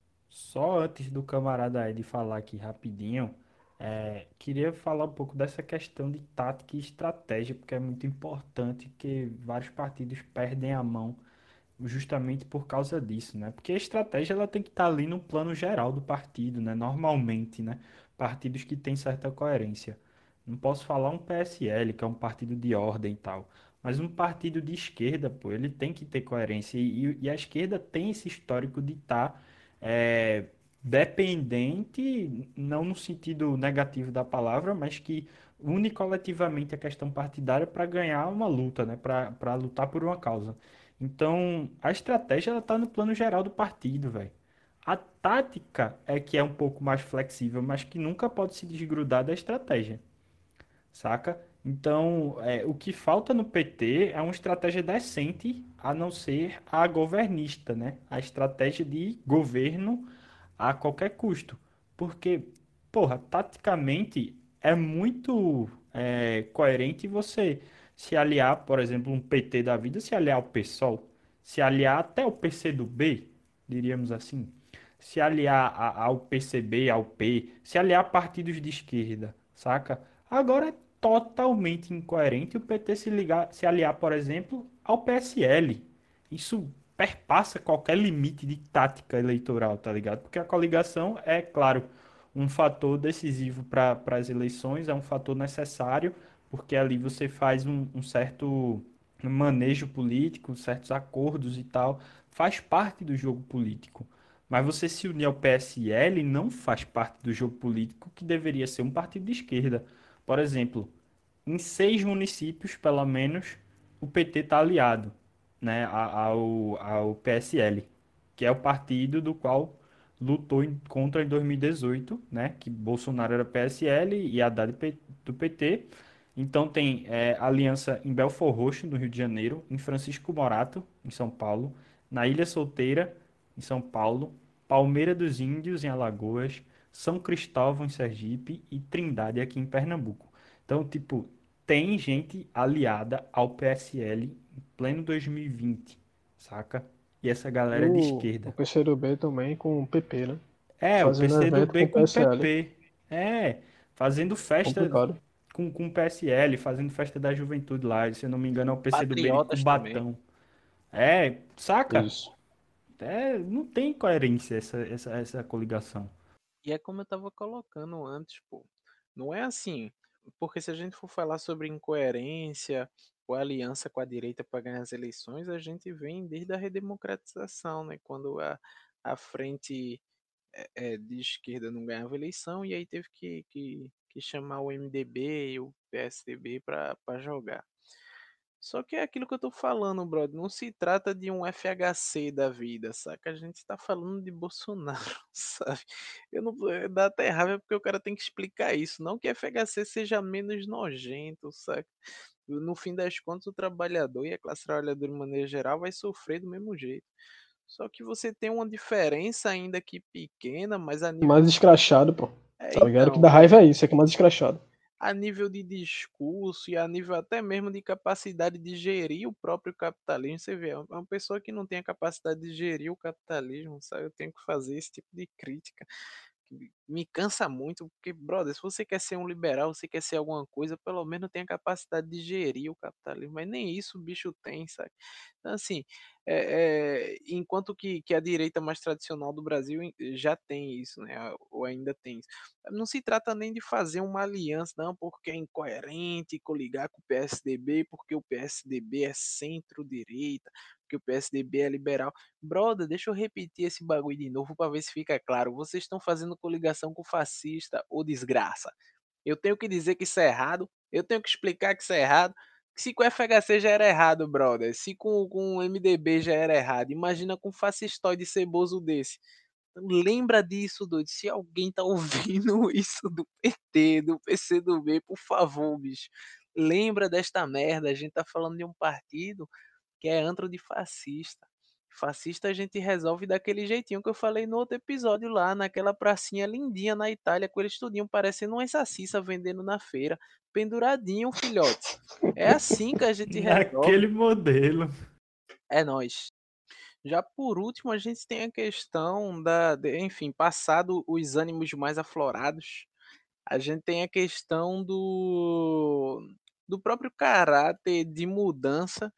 Só antes do camarada Ed falar aqui rapidinho, é, queria falar um pouco dessa questão de tática e estratégia, porque é muito importante que vários partidos perdem a mão justamente por causa disso, né? Porque a estratégia ela tem que estar ali no plano geral do partido, né? Normalmente, né? Partidos que têm certa coerência. Não posso falar um P S L, que é um partido de ordem e tal, mas um partido de esquerda, pô, ele tem que ter coerência e, e- e a esquerda tem esse histórico de estar é, dependente, não no sentido negativo da palavra, mas que une coletivamente a questão partidária para ganhar uma luta, né? Para para lutar por uma causa. Então, a estratégia ela tá no plano geral do partido, velho. A tática é que é um pouco mais flexível, mas que nunca pode se desgrudar da estratégia, saca? Então, é, o que falta no P T é uma estratégia decente, a não ser a governista, né? A estratégia de governo a qualquer custo. Porque, porra, taticamente é muito é, coerente você se aliar, por exemplo, um P T da vida, se aliar ao PSOL, se aliar até ao P C do B, diríamos assim, se aliar a- ao P C B, ao P, se aliar a partidos de esquerda, saca? Agora é totalmente incoerente o P T se ligar, se aliar, por exemplo, ao P S L. Isso perpassa qualquer limite de tática eleitoral, tá ligado? Porque a coligação é, claro, um fator decisivo para as eleições, é um fator necessário, porque ali você faz um, um certo manejo político, certos acordos e tal, faz parte do jogo político. Mas você se unir ao P S L não faz parte do jogo político que deveria ser um partido de esquerda. Por exemplo, em seis municípios, pelo menos, o P T está aliado, né, a- ao, ao P S L, que é o partido do qual lutou em- contra em dois mil e dezoito, né, que Bolsonaro era P S L e Haddad P- do P T. Então tem é, aliança em Belford Roxo, no Rio de Janeiro, em Francisco Morato, em São Paulo, na Ilha Solteira, em São Paulo, Palmeira dos Índios, em Alagoas, São Cristóvão, em Sergipe e Trindade, aqui em Pernambuco. Então, tipo, tem gente aliada ao P S L em pleno dois mil e vinte, saca? E essa E galera é de o, o esquerda. PCdoB também com o P P, né? É, o Fazendo evento P C do B com o com o P S L. P P. É, fazendo festa Complicado. com, com o P S L, fazendo festa da juventude lá. Se eu não me engano, é o P C do B de Patriotas também. Cubatão. É, saca? Isso. É, não tem coerência essa, essa, essa coligação. E é como eu tava colocando antes, pô. Não é assim, porque se a gente for falar sobre incoerência ou aliança com a direita para ganhar as eleições, a gente vem desde a redemocratização, né? Quando a, a frente é, é, de esquerda não ganhava eleição e aí teve que, que, que chamar o M D B e o P S D B para jogar. Só que é aquilo que eu tô falando, brother. Não se trata de um F H C da vida, saca? A gente tá falando de Bolsonaro, sabe? Eu não, eh, dá até raiva porque o cara tem que explicar isso. Não que F H C seja menos nojento, saca? No fim das contas, o trabalhador e a classe trabalhadora de maneira geral vai sofrer do mesmo jeito. Só que você tem uma diferença ainda que pequena, mas a Mais nível. escrachado, pô. É, Tá ligado? Que então, dá é, raiva é isso, é que é mais escrachado. a nível de discurso e a nível até mesmo de capacidade de gerir o próprio capitalismo. Você vê, é uma pessoa que não tem a capacidade de gerir o capitalismo, sabe? Eu tenho que fazer esse tipo de crítica. Que me cansa muito, porque, brother, se você quer ser um liberal, você quer ser alguma coisa, pelo menos tem a capacidade de gerir o capitalismo, mas nem isso o bicho tem, sabe? Então, assim, é, é, enquanto que, que a direita mais tradicional do Brasil já tem isso, né? Ou ainda tem isso. Não se trata nem de fazer uma aliança, não, porque é incoerente coligar com o P S D B, porque o P S D B é centro-direita, porque o P S D B é liberal. Brother, deixa eu repetir esse bagulho de novo para ver se fica claro. Vocês estão fazendo coligação com fascista ou desgraça. Eu tenho que dizer que isso é errado, eu tenho que explicar que isso é errado. Se com o F H C já era errado, brother, se com, com o M D B já era errado, imagina com um fascistoide ceboso desse. Lembra disso, doido. Se alguém tá ouvindo isso do P T, do P C do B, por favor, bicho. Lembra desta merda. A gente tá falando de um partido que é antro de fascista. Fascista a gente resolve daquele jeitinho que eu falei no outro episódio lá, naquela pracinha lindinha na Itália, com eles tudinho parecendo uma salsicha vendendo na feira. Penduradinho, filhote. É assim que a gente resolve. Naquele modelo. É nós. Já por último, a gente tem a questão da, de- enfim, passado os ânimos mais aflorados, a gente tem a questão do, do próprio caráter de mudança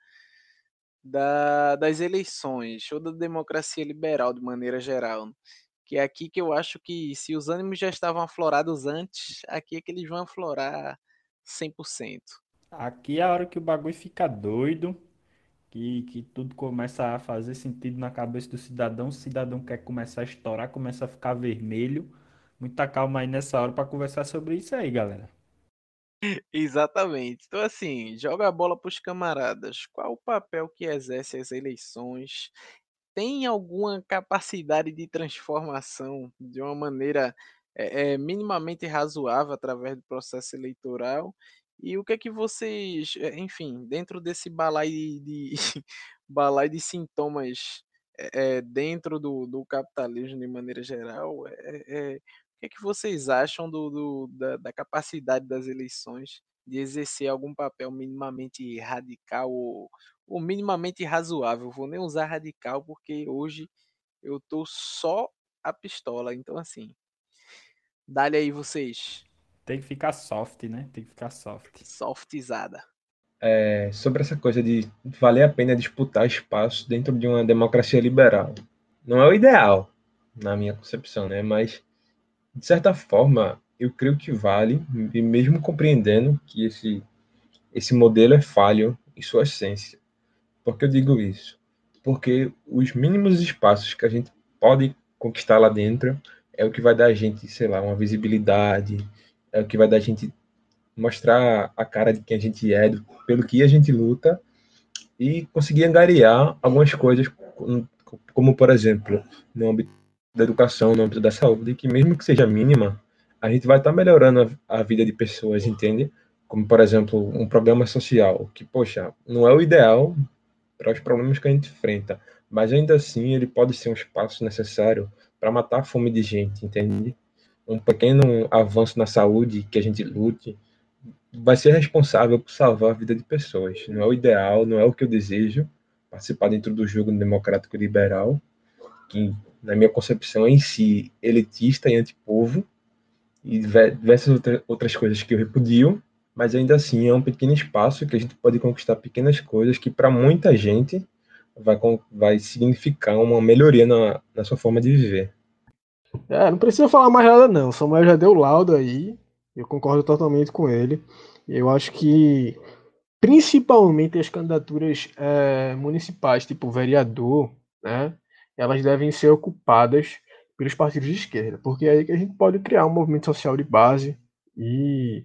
da, das eleições, ou da democracia liberal de maneira geral. Que é aqui que eu acho que se os ânimos já estavam aflorados antes, aqui é que eles vão aflorar cem por cento. Aqui é a hora que o bagulho fica doido. que, que tudo começa a fazer sentido na cabeça do cidadão. O cidadão quer começar a estourar, começa a ficar vermelho. Muita calma aí nessa hora para conversar sobre isso aí, galera. Exatamente. Então, assim, joga a bola para os camaradas. Qual o papel que exerce as eleições? Tem alguma capacidade de transformação de uma maneira eh eh, minimamente razoável através do processo eleitoral? E o que é que vocês, eh, enfim, dentro desse balaio de balaio de sintomas, eh eh, dentro do do capitalismo de maneira geral, eh eh, o que é que vocês acham do do da da capacidade das eleições de exercer algum papel minimamente radical ou ou minimamente razoável? Vou nem usar radical, porque hoje eu tô só a pistola, então assim, dá-lhe aí vocês, Tem que ficar soft, né? Tem que ficar soft. softizada. É, sobre essa coisa de valer a pena disputar espaço dentro de uma democracia liberal. Não é o ideal, na minha concepção, né? Mas, de certa forma, eu creio que vale, e mesmo compreendendo que esse, esse modelo é falho em sua essência. Por que eu digo isso? Porque os mínimos espaços que a gente pode conquistar lá dentro é o que vai dar a gente, sei lá, uma visibilidade, é o que vai dar a gente mostrar a cara de quem a gente é, do- pelo que a gente luta e conseguir angariar algumas coisas, como, como, por exemplo, no âmbito da educação, no âmbito da saúde, que mesmo que seja mínima, a gente vai estar melhorando a, a vida de pessoas, entende? Como, por exemplo, um programa social, que, poxa, não é o ideal para os problemas que a gente enfrenta, mas ainda assim ele pode ser um espaço necessário para matar a fome de gente, entende? Um pequeno avanço na saúde que a gente lute vai ser responsável por salvar a vida de pessoas. Não é o ideal, não é o que eu desejo, participar dentro do jogo democrático liberal, que, na minha concepção, é em si elitista e antipovo, e diversas outras coisas que eu repudio, mas ainda assim é um pequeno espaço que a gente pode conquistar pequenas coisas que, para muita gente, vai, vai significar uma melhoria na, na sua forma de viver. É, não precisa falar mais nada não. O Samuel já deu laudo aí. Eu concordo totalmente com ele. Eu acho que principalmente as candidaturas é, municipais, tipo vereador, né? Elas devem ser ocupadas pelos partidos de esquerda, porque é aí que a gente pode criar um movimento social de base e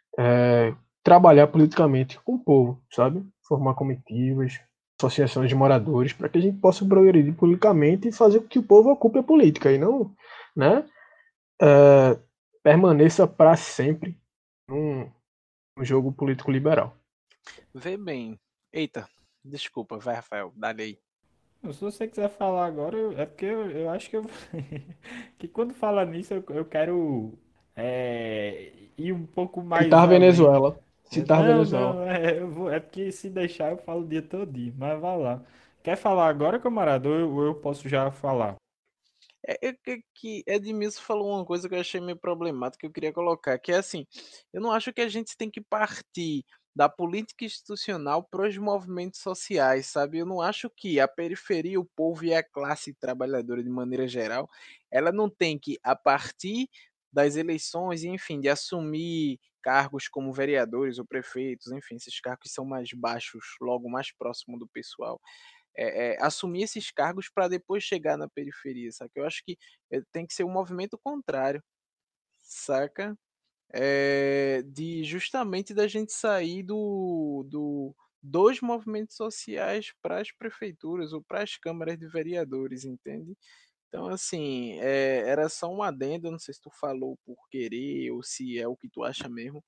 é, trabalhar politicamente com o povo, sabe? Formar comitivas, associações de moradores, para que a gente possa progredir politicamente e fazer com que o povo ocupe a política e não, né? É, permaneça para sempre num, num jogo político liberal. Vê bem. Eita, desculpa, vai, Rafael, dá-lhe aí. Se você quiser falar agora, eu- é porque eu, eu acho que eu, que quando fala nisso eu, eu quero é, ir um pouco mais Citar além. Venezuela. É, Citar Não, Venezuela. não, é, eu vou, é porque se deixar eu falo o dia todinho, mas vai lá. Quer falar agora, camarada, ou eu, ou eu posso já falar? É, é que que Edmilson falou uma coisa que eu achei meio problemática, que eu queria colocar, que é assim, eu não acho que a gente tem que partir da política institucional para os movimentos sociais, sabe? Eu não acho que a periferia, o povo e a classe trabalhadora de maneira geral, ela não tem que, a partir das eleições, enfim, de assumir cargos como vereadores ou prefeitos, enfim, esses cargos que são mais baixos, logo mais próximo do pessoal eh eh, assumir esses cargos para depois chegar na periferia, saca. Eu acho que, eh, tem que ser um movimento contrário, saca. Eh, de justamente da gente sair do do dos movimentos sociais para as prefeituras ou para as câmaras de vereadores, entende. Então assim, eh, era só um adendo, eu não sei se tu falou por querer ou se é o que tu acha mesmo,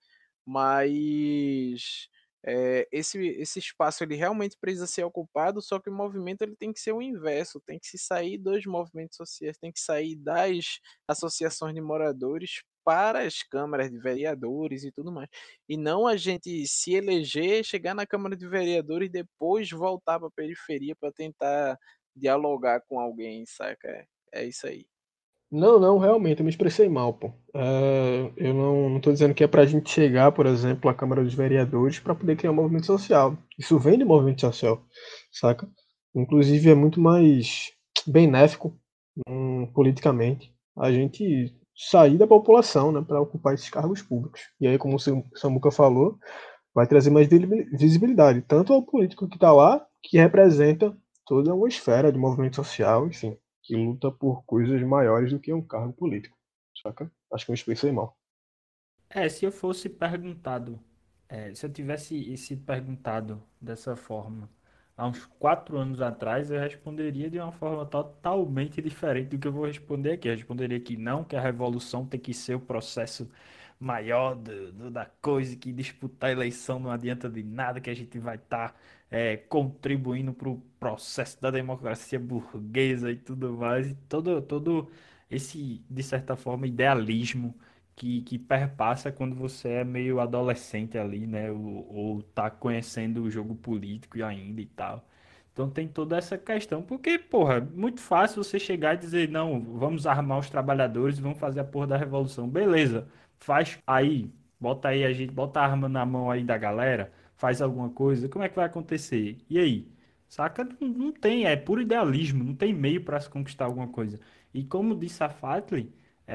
mas, eh, esse esse espaço ele realmente precisa ser ocupado, só que o movimento ele tem que ser o inverso, tem que se sair dos movimentos sociais, tem que sair das associações de moradores para as câmaras de vereadores e tudo mais. E não a gente se eleger, chegar na câmara de vereadores e depois voltar para a periferia para tentar dialogar com alguém, saca? É é isso aí. Não, não, realmente, eu me expressei mal, pô. É, eu não, não tô dizendo que é pra gente chegar, por exemplo, à Câmara dos Vereadores para poder criar um movimento social. Isso vem de movimento social, saca? Inclusive é muito mais benéfico hum, politicamente a gente sair da população, né, para ocupar esses cargos públicos. E aí, como o Sam- Samuca falou, vai trazer mais visibilidade, tanto ao político que está lá, que representa toda uma esfera de movimento social, enfim, que luta por coisas maiores do que um cargo político, saca? Acho que eu me expressei mal. É, se eu fosse perguntado, é, se eu tivesse sido perguntado dessa forma há uns quatro anos atrás, eu responderia de uma forma totalmente diferente do que eu vou responder aqui. Eu responderia que não, que a revolução tem que ser o processo maior do, do- da coisa, que disputar a eleição não adianta de nada, que a gente vai estar contribuindo para o processo da democracia burguesa e tudo mais. E todo, todo esse, de certa forma, idealismo que, que perpassa quando você é meio adolescente ali, né? Ou, ou tá conhecendo o jogo político ainda e tal. Então tem toda essa questão, porque, porra, é muito fácil você chegar e dizer, não, vamos armar os trabalhadores e vamos fazer a porra da revolução. Beleza, faz aí, bota aí a gente, bota a arma na mão aí da galera, faz alguma coisa, como é que vai acontecer? E aí? Saca? Não, não tem, é puro idealismo, não tem meio para se conquistar alguma coisa. E como disse a Fatley,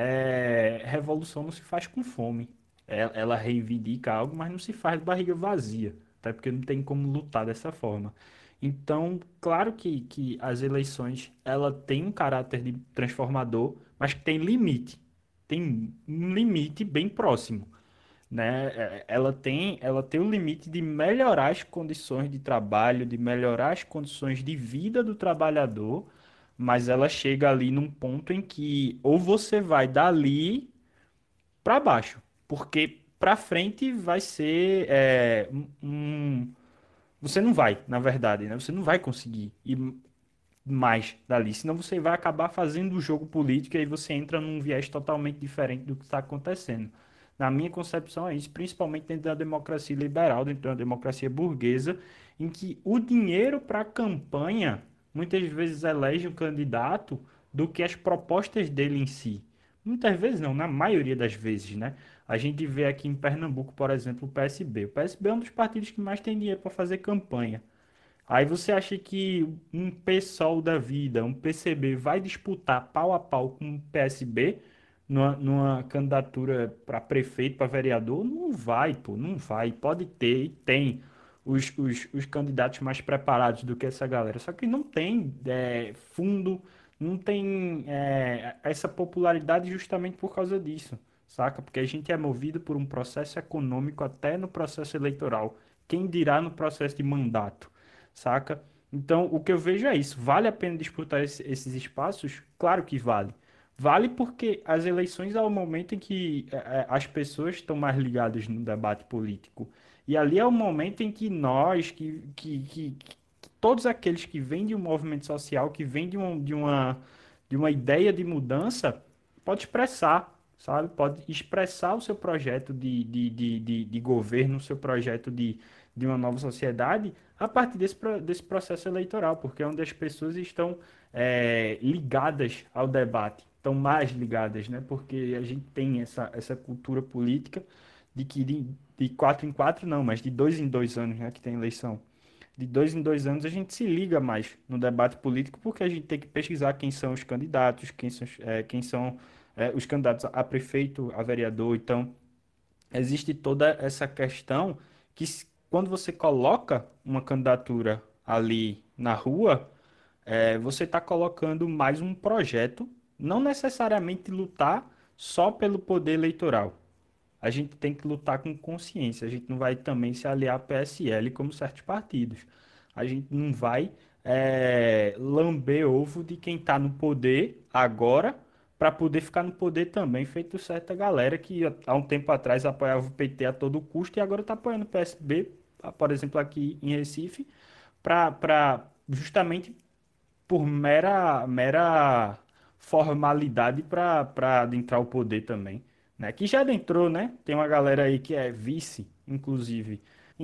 é, revolução não se faz com fome. Ela, ela reivindica algo, mas não se faz de barriga vazia, até porque não tem como lutar dessa forma. Então, claro que, que as eleições ela tem um caráter de transformador, mas que tem limite. Tem um limite bem próximo, né? É, Ela tem, ela tem o limite de melhorar as condições de trabalho, de melhorar as condições de vida do trabalhador, mas ela chega ali num ponto em que ou você vai dali para baixo, porque para frente vai ser é, um, um- você não vai, na verdade, né? Você não vai conseguir ir mais dali, senão você vai acabar fazendo o jogo político e aí você entra num viés totalmente diferente do que está acontecendo. Na minha concepção é isso, principalmente dentro da democracia liberal, dentro da democracia burguesa, em que o dinheiro para a campanha muitas vezes elege um candidato do que as propostas dele em si. Muitas vezes não, na maioria das vezes, né? A gente vê aqui em Pernambuco, por exemplo, o P S B. O P S B é um dos partidos que mais tem dinheiro para fazer campanha. Aí você acha que um PSOL da vida, um P C B, vai disputar pau a pau com um P S B numa, numa candidatura para prefeito, para vereador? Não vai, pô, não vai. Pode ter e tem os, os, os candidatos mais preparados do que essa galera. Só que não tem é, fundo, não tem é, essa popularidade justamente por causa disso, saca? Porque a gente é movido por um processo econômico até no processo eleitoral. Quem dirá no processo de mandato? Saca? Então, o que eu vejo é isso. Vale a pena disputar esse- esses espaços? Claro que vale. Vale porque as eleições é o momento em que eh, eh, as pessoas estão mais ligadas no debate político. E ali é o momento em que nós, que, que, que, que todos aqueles que vêm de um movimento social, que vêm de, um, de uma, de uma ideia de mudança, pode expressar, sabe? Pode expressar o seu projeto de, de, de, de, de governo, o seu projeto de, de uma nova sociedade a partir desse, pro- desse processo eleitoral, porque é onde as pessoas estão é, ligadas ao debate, estão mais ligadas, né? Porque a gente tem essa, essa cultura política de que de, de quatro em quatro, não, mas de dois em dois anos, né, que tem eleição. De dois em dois anos a gente se liga mais no debate político, porque a gente tem que pesquisar quem são os candidatos, quem são, os- é, quem são é, os candidatos a prefeito, a vereador. Então, existe toda essa questão que s- quando você coloca uma candidatura ali na rua, é, você está colocando mais um projeto, não necessariamente lutar só pelo poder eleitoral. A gente tem que lutar com consciência. A gente não vai também se aliar ao P S L como certos partidos. A gente não vai é, lamber ovo de quem está no poder agora para poder ficar no poder também, feito certa galera que há um tempo atrás apoiava o P T a todo custo e agora está apoiando o P S B, por exemplo, aqui em Recife, para justamente por mera, mera formalidade para para adentrar o poder também, né? Que já adentrou, né? Tem uma galera aí que é vice, inclusive.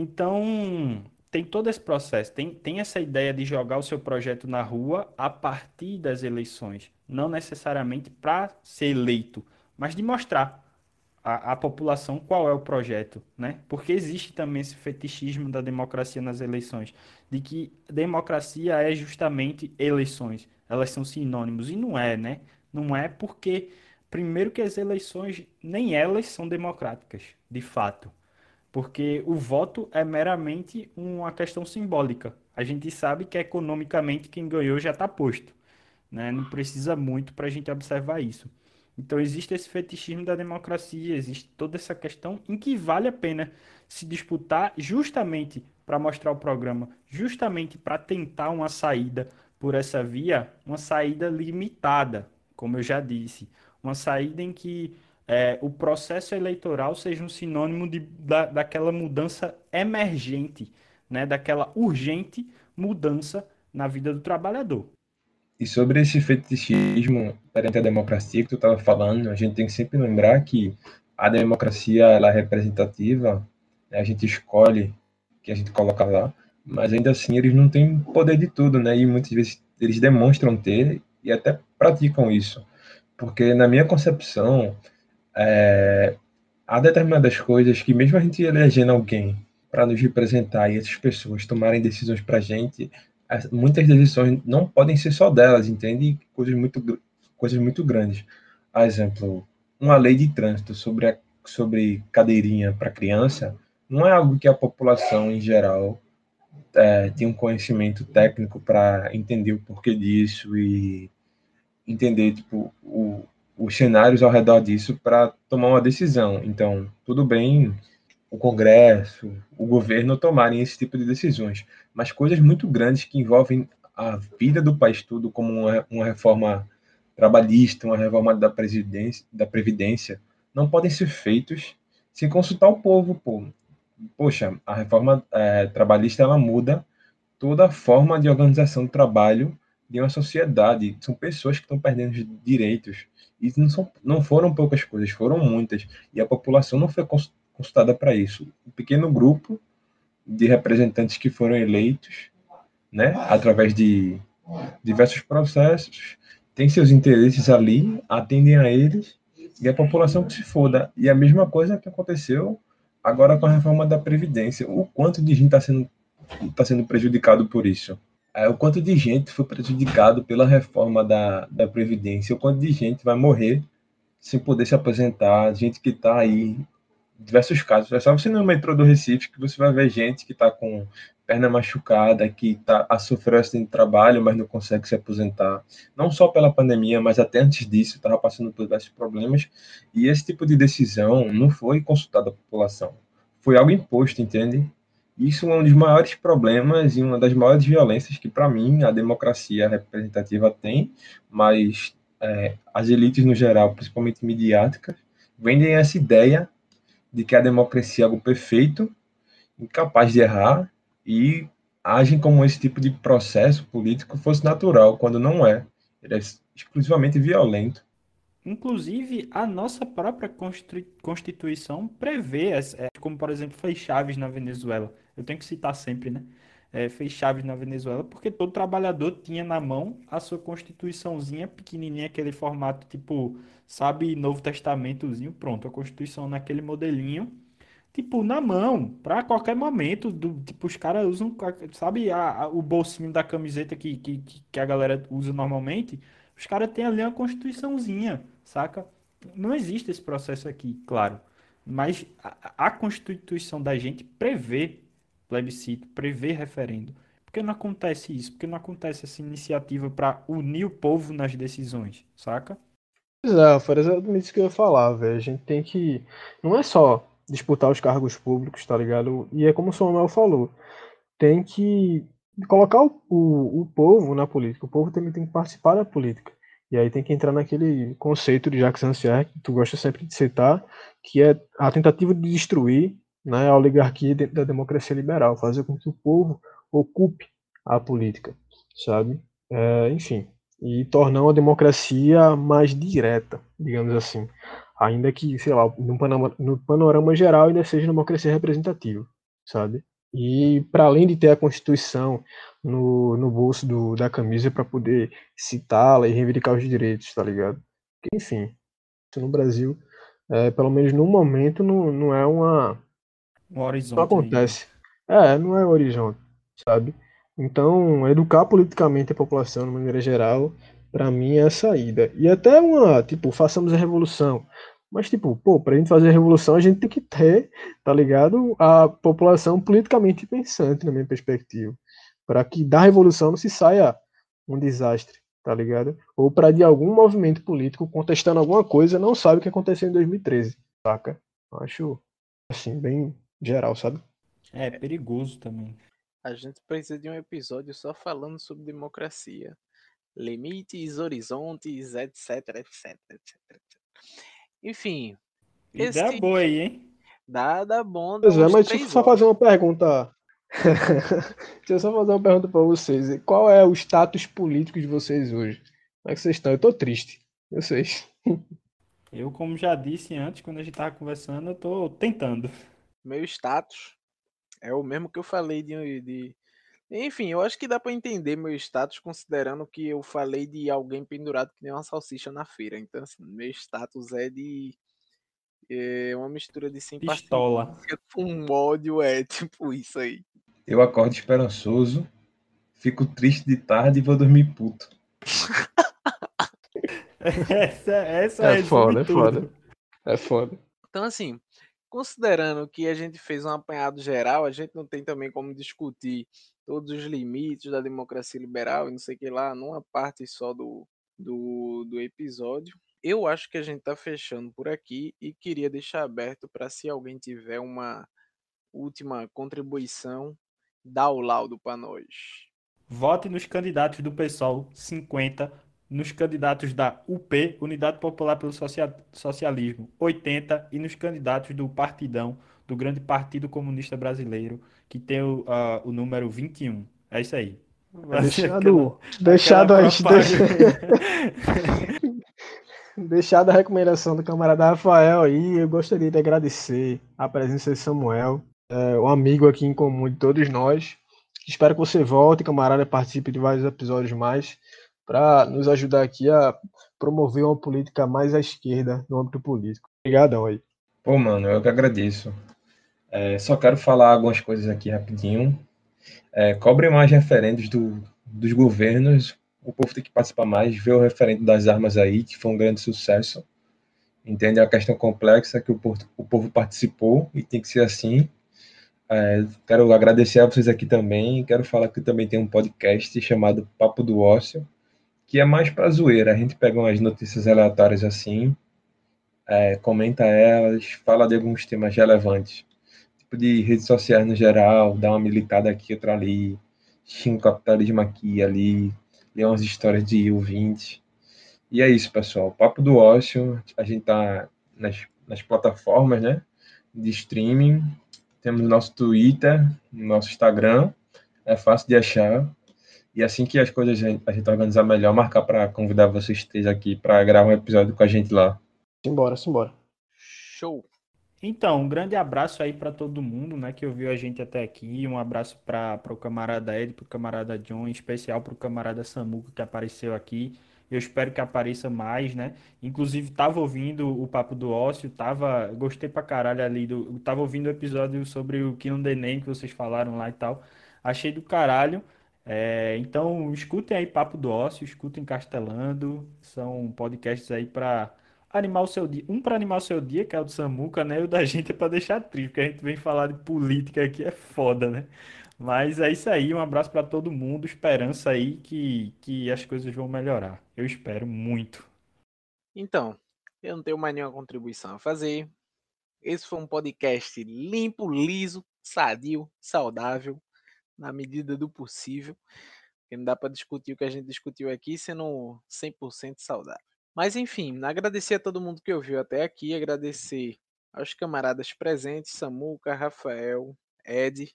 Então, tem todo esse processo, tem, tem essa ideia de jogar o seu projeto na rua a partir das eleições, não necessariamente para ser eleito, mas de mostrar a, a população qual é o projeto, né? Porque existe também esse fetichismo da democracia nas eleições, de que democracia é justamente eleições, elas são sinônimos, e não é, né? Não é porque, primeiro que as eleições, nem elas são democráticas, de fato. porque o voto é meramente uma questão simbólica. A gente sabe que economicamente quem ganhou já está posto, né? Não precisa muito para a gente observar isso. Então existe esse fetichismo da democracia, existe toda essa questão em que vale a pena se disputar justamente para mostrar o programa, justamente para tentar uma saída por essa via, uma saída limitada, como eu já disse, uma saída em que é, o processo eleitoral seja um sinônimo de, da, daquela mudança emergente, né? Daquela urgente mudança na vida do trabalhador. E sobre esse fetichismo perante a democracia que tu estava falando, a gente tem que sempre lembrar que a democracia ela é representativa, né? A gente escolhe que a gente coloca lá, mas ainda assim eles não têm poder de tudo, né? E muitas vezes eles demonstram ter e até praticam isso. Porque na minha concepção, é, há determinadas coisas que mesmo a gente elegendo alguém para nos representar e essas pessoas tomarem decisões para a gente, muitas decisões não podem ser só delas, entende? Coisas muito, coisas muito grandes. Por exemplo, uma lei de trânsito sobre, a, sobre cadeirinha para criança não é algo que a população em geral é, tem um conhecimento técnico para entender o porquê disso e entender tipo, o, os cenários ao redor disso para tomar uma decisão. Então, tudo bem o Congresso, o governo tomarem esse tipo de decisões, mas coisas muito grandes que envolvem a vida do país todo, como uma, uma reforma trabalhista, uma reforma da, presidência, da Previdência, não podem ser feitos sem consultar o povo. Pô. Poxa, a reforma é, trabalhista ela muda toda a forma de organização do trabalho de uma sociedade. São pessoas que estão perdendo os direitos. E não, são, não foram poucas coisas, foram muitas. E a população não foi consultada para isso. Um pequeno grupo de representantes que foram eleitos, né, através de diversos processos, têm seus interesses ali, atendem a eles, e a população que se foda. E a mesma coisa que aconteceu agora com a reforma da Previdência. O quanto de gente está sendo está sendo prejudicado por isso. É, o quanto de gente foi prejudicado pela reforma da, da Previdência, o quanto de gente vai morrer sem poder se aposentar, gente que está aí, diversos casos. É só você ir no metrô do Recife que você vai ver gente que está com perna machucada, que tá, a sofreu acidente de trabalho, mas não consegue se aposentar. Não só pela pandemia, mas até antes disso, estava passando por diversos problemas. E esse tipo de decisão não foi consultada à população. Foi algo imposto, entende? Isso é um dos maiores problemas e uma das maiores violências que, para mim, a democracia representativa tem, mas é, as elites, no geral, principalmente midiáticas, vendem essa ideia de que a democracia é algo perfeito, incapaz de errar, e agem como esse tipo de processo político fosse natural, quando não é. Ele é exclusivamente violento. Inclusive, a nossa própria Constitu- Constituição prevê, essa- é, como por exemplo fez Chaves na Venezuela. Eu tenho que citar sempre, né? É, fez Chaves na Venezuela porque todo trabalhador tinha na mão a sua Constituiçãozinha pequenininha, aquele formato tipo, sabe, Novo Testamentozinho, pronto, a Constituição naquele modelinho, tipo, na mão, pra qualquer momento, do, tipo, os caras usam, sabe, a, a- o bolsinho da camiseta que, que, que que a galera usa normalmente, os caras têm ali uma Constituiçãozinha, saca? Não existe esse processo aqui, claro, mas a, a Constituição da gente prevê plebiscito, prevê referendo. Por que não acontece isso? Por que não acontece essa iniciativa para unir o povo nas decisões, saca? Pois é, foi exatamente isso que eu ia falar, velho. A gente tem que. Não é só disputar os cargos públicos, tá ligado? E é como o Samuel falou. Tem que colocar o, o, o povo na política. O povo também tem que participar da política. E aí tem que entrar naquele conceito de Jacques Rancière, que tu gosta sempre de citar, que é a tentativa de destruir, né, a oligarquia dentro da democracia liberal, fazer com que o povo ocupe a política, sabe? É, enfim, e tornar uma democracia mais direta, digamos assim. Ainda que, sei lá, no panorama, no panorama geral ainda seja democracia representativa, sabe? E para além de ter a Constituição no, no bolso do, da camisa para poder citá-la e reivindicar os direitos, tá ligado? Porque, enfim, isso no Brasil, é, pelo menos no momento, não, não é uma. Um Não horizonte ainda. acontece. É, não é o horizonte, sabe? Então, educar politicamente a população, de maneira geral, para mim é a saída. E até uma, tipo, façamos a revolução. Mas, tipo, pô, pra gente fazer a revolução, a gente tem que ter, tá ligado? A população politicamente pensante, na minha perspectiva. Para que da revolução não se saia um desastre, tá ligado? Ou para de algum movimento político contestando alguma coisa não sabe o que aconteceu em dois mil e treze, saca? Acho, assim, bem geral, sabe? É perigoso também. A gente precisa de um episódio só falando sobre democracia. Limites, horizontes, etc, etc, etc, etcétera. Enfim, Ideia esse boa aí, hein? dá, dá bom, dá Pois é, umas mas deixa eu três só horas. fazer uma pergunta. Deixa eu só fazer uma pergunta para vocês. Qual é o status político de vocês hoje? Como é que vocês estão? Eu tô triste. Vocês. Eu, como já disse antes, quando a gente tava conversando, eu tô tentando. Meu status é o mesmo que eu falei de, de... Enfim, eu acho que dá para entender meu status considerando que eu falei de alguém pendurado que nem uma salsicha na feira. Então, assim, meu status é de é uma mistura de simpatia Pistola. com ódio, é tipo isso aí. Eu acordo esperançoso, fico triste de tarde e vou dormir puto. Essa, essa É resume foda, é foda. tudo. É foda. Então, assim, considerando que a gente fez um apanhado geral, a gente não tem também como discutir todos os limites da democracia liberal e não sei o que lá, numa parte só do, do, do episódio. Eu acho que a gente está fechando por aqui e queria deixar aberto para se alguém tiver uma última contribuição, dar o laudo para nós. Vote nos candidatos do PSOL cinquenta, nos candidatos da U P, Unidade Popular pelo Socia- Socialismo, oitenta, e nos candidatos do Partidão, do Grande Partido Comunista Brasileiro, que tem o, ah, o número vinte e um. É isso aí. É Fazer aquela, deixado, aquela deixado, as, deixa, propaganda. deixado a recomendação do camarada Rafael aí, eu gostaria de agradecer a presença de Samuel, é, um amigo aqui em comum de todos nós. Espero que você volte, camarada, e participe de vários episódios mais, para nos ajudar aqui a promover uma política mais à esquerda no âmbito político. Obrigadão aí. Pô, mano, eu que agradeço. É, só quero falar algumas coisas aqui rapidinho. É, cobre mais referendos do, dos governos. O povo tem que participar mais, ver o referendo das armas aí, que foi um grande sucesso. Entende? É uma questão complexa que o povo, o povo participou e tem que ser assim. É, quero agradecer a vocês aqui também. Quero falar que também tem um podcast chamado Papo do Ócio, que é mais pra zoeira. A gente pega umas notícias aleatórias assim, é, comenta elas, fala de alguns temas relevantes, tipo de redes sociais no geral, dá uma militada aqui, outra ali, xinga o capitalismo aqui e ali, lê umas histórias de ouvintes. E é isso, pessoal. Papo do Ócio, a gente tá nas, nas plataformas, né, de streaming. Temos nosso Twitter, nosso Instagram, é fácil de achar. E assim que as coisas a gente, a gente organizar melhor, marcar para convidar vocês três aqui para gravar um episódio com a gente lá. Simbora, simbora. Show! Então, um grande abraço aí para todo mundo, né, que ouviu a gente até aqui. Um abraço para o camarada Ed, para o camarada John, em especial para o camarada Samuca que apareceu aqui. Eu espero que apareça mais, né? Inclusive, tava ouvindo o Papo do Ócio, tava, gostei pra caralho ali do, tava ouvindo o episódio sobre o Kill the Name que vocês falaram lá e tal. Achei do caralho. É, então, escutem aí Papo do Ócio, escutem Castelando, são podcasts aí para animar o seu dia. Um para animar o seu dia, que é o do Samuca, né? E o da gente é para deixar triste, porque a gente vem falar de política aqui, é foda, né? Mas é isso aí, um abraço para todo mundo, esperança aí que, que as coisas vão melhorar. Eu espero muito. Então, eu não tenho mais nenhuma contribuição a fazer. Esse foi um podcast limpo, liso, sadio, saudável, na medida do possível. Porque não dá para discutir o que a gente discutiu aqui sendo cem por cento saudável. Mas enfim, agradecer a todo mundo que ouviu até aqui, agradecer aos camaradas presentes, Samuca, Rafael, Ed.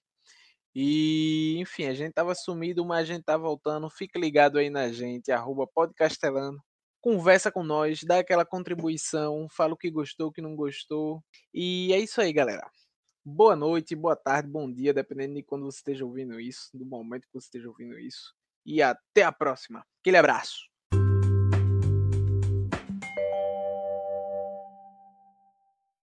E, enfim, a gente tava sumido, mas a gente tá voltando. Fica ligado aí na gente, arroba podcastelano. Conversa com nós, dá aquela contribuição, fala o que gostou, o que não gostou. E é isso aí, galera. Boa noite, boa tarde, bom dia, dependendo de quando você esteja ouvindo isso, do momento que você esteja ouvindo isso. E até a próxima. Aquele abraço.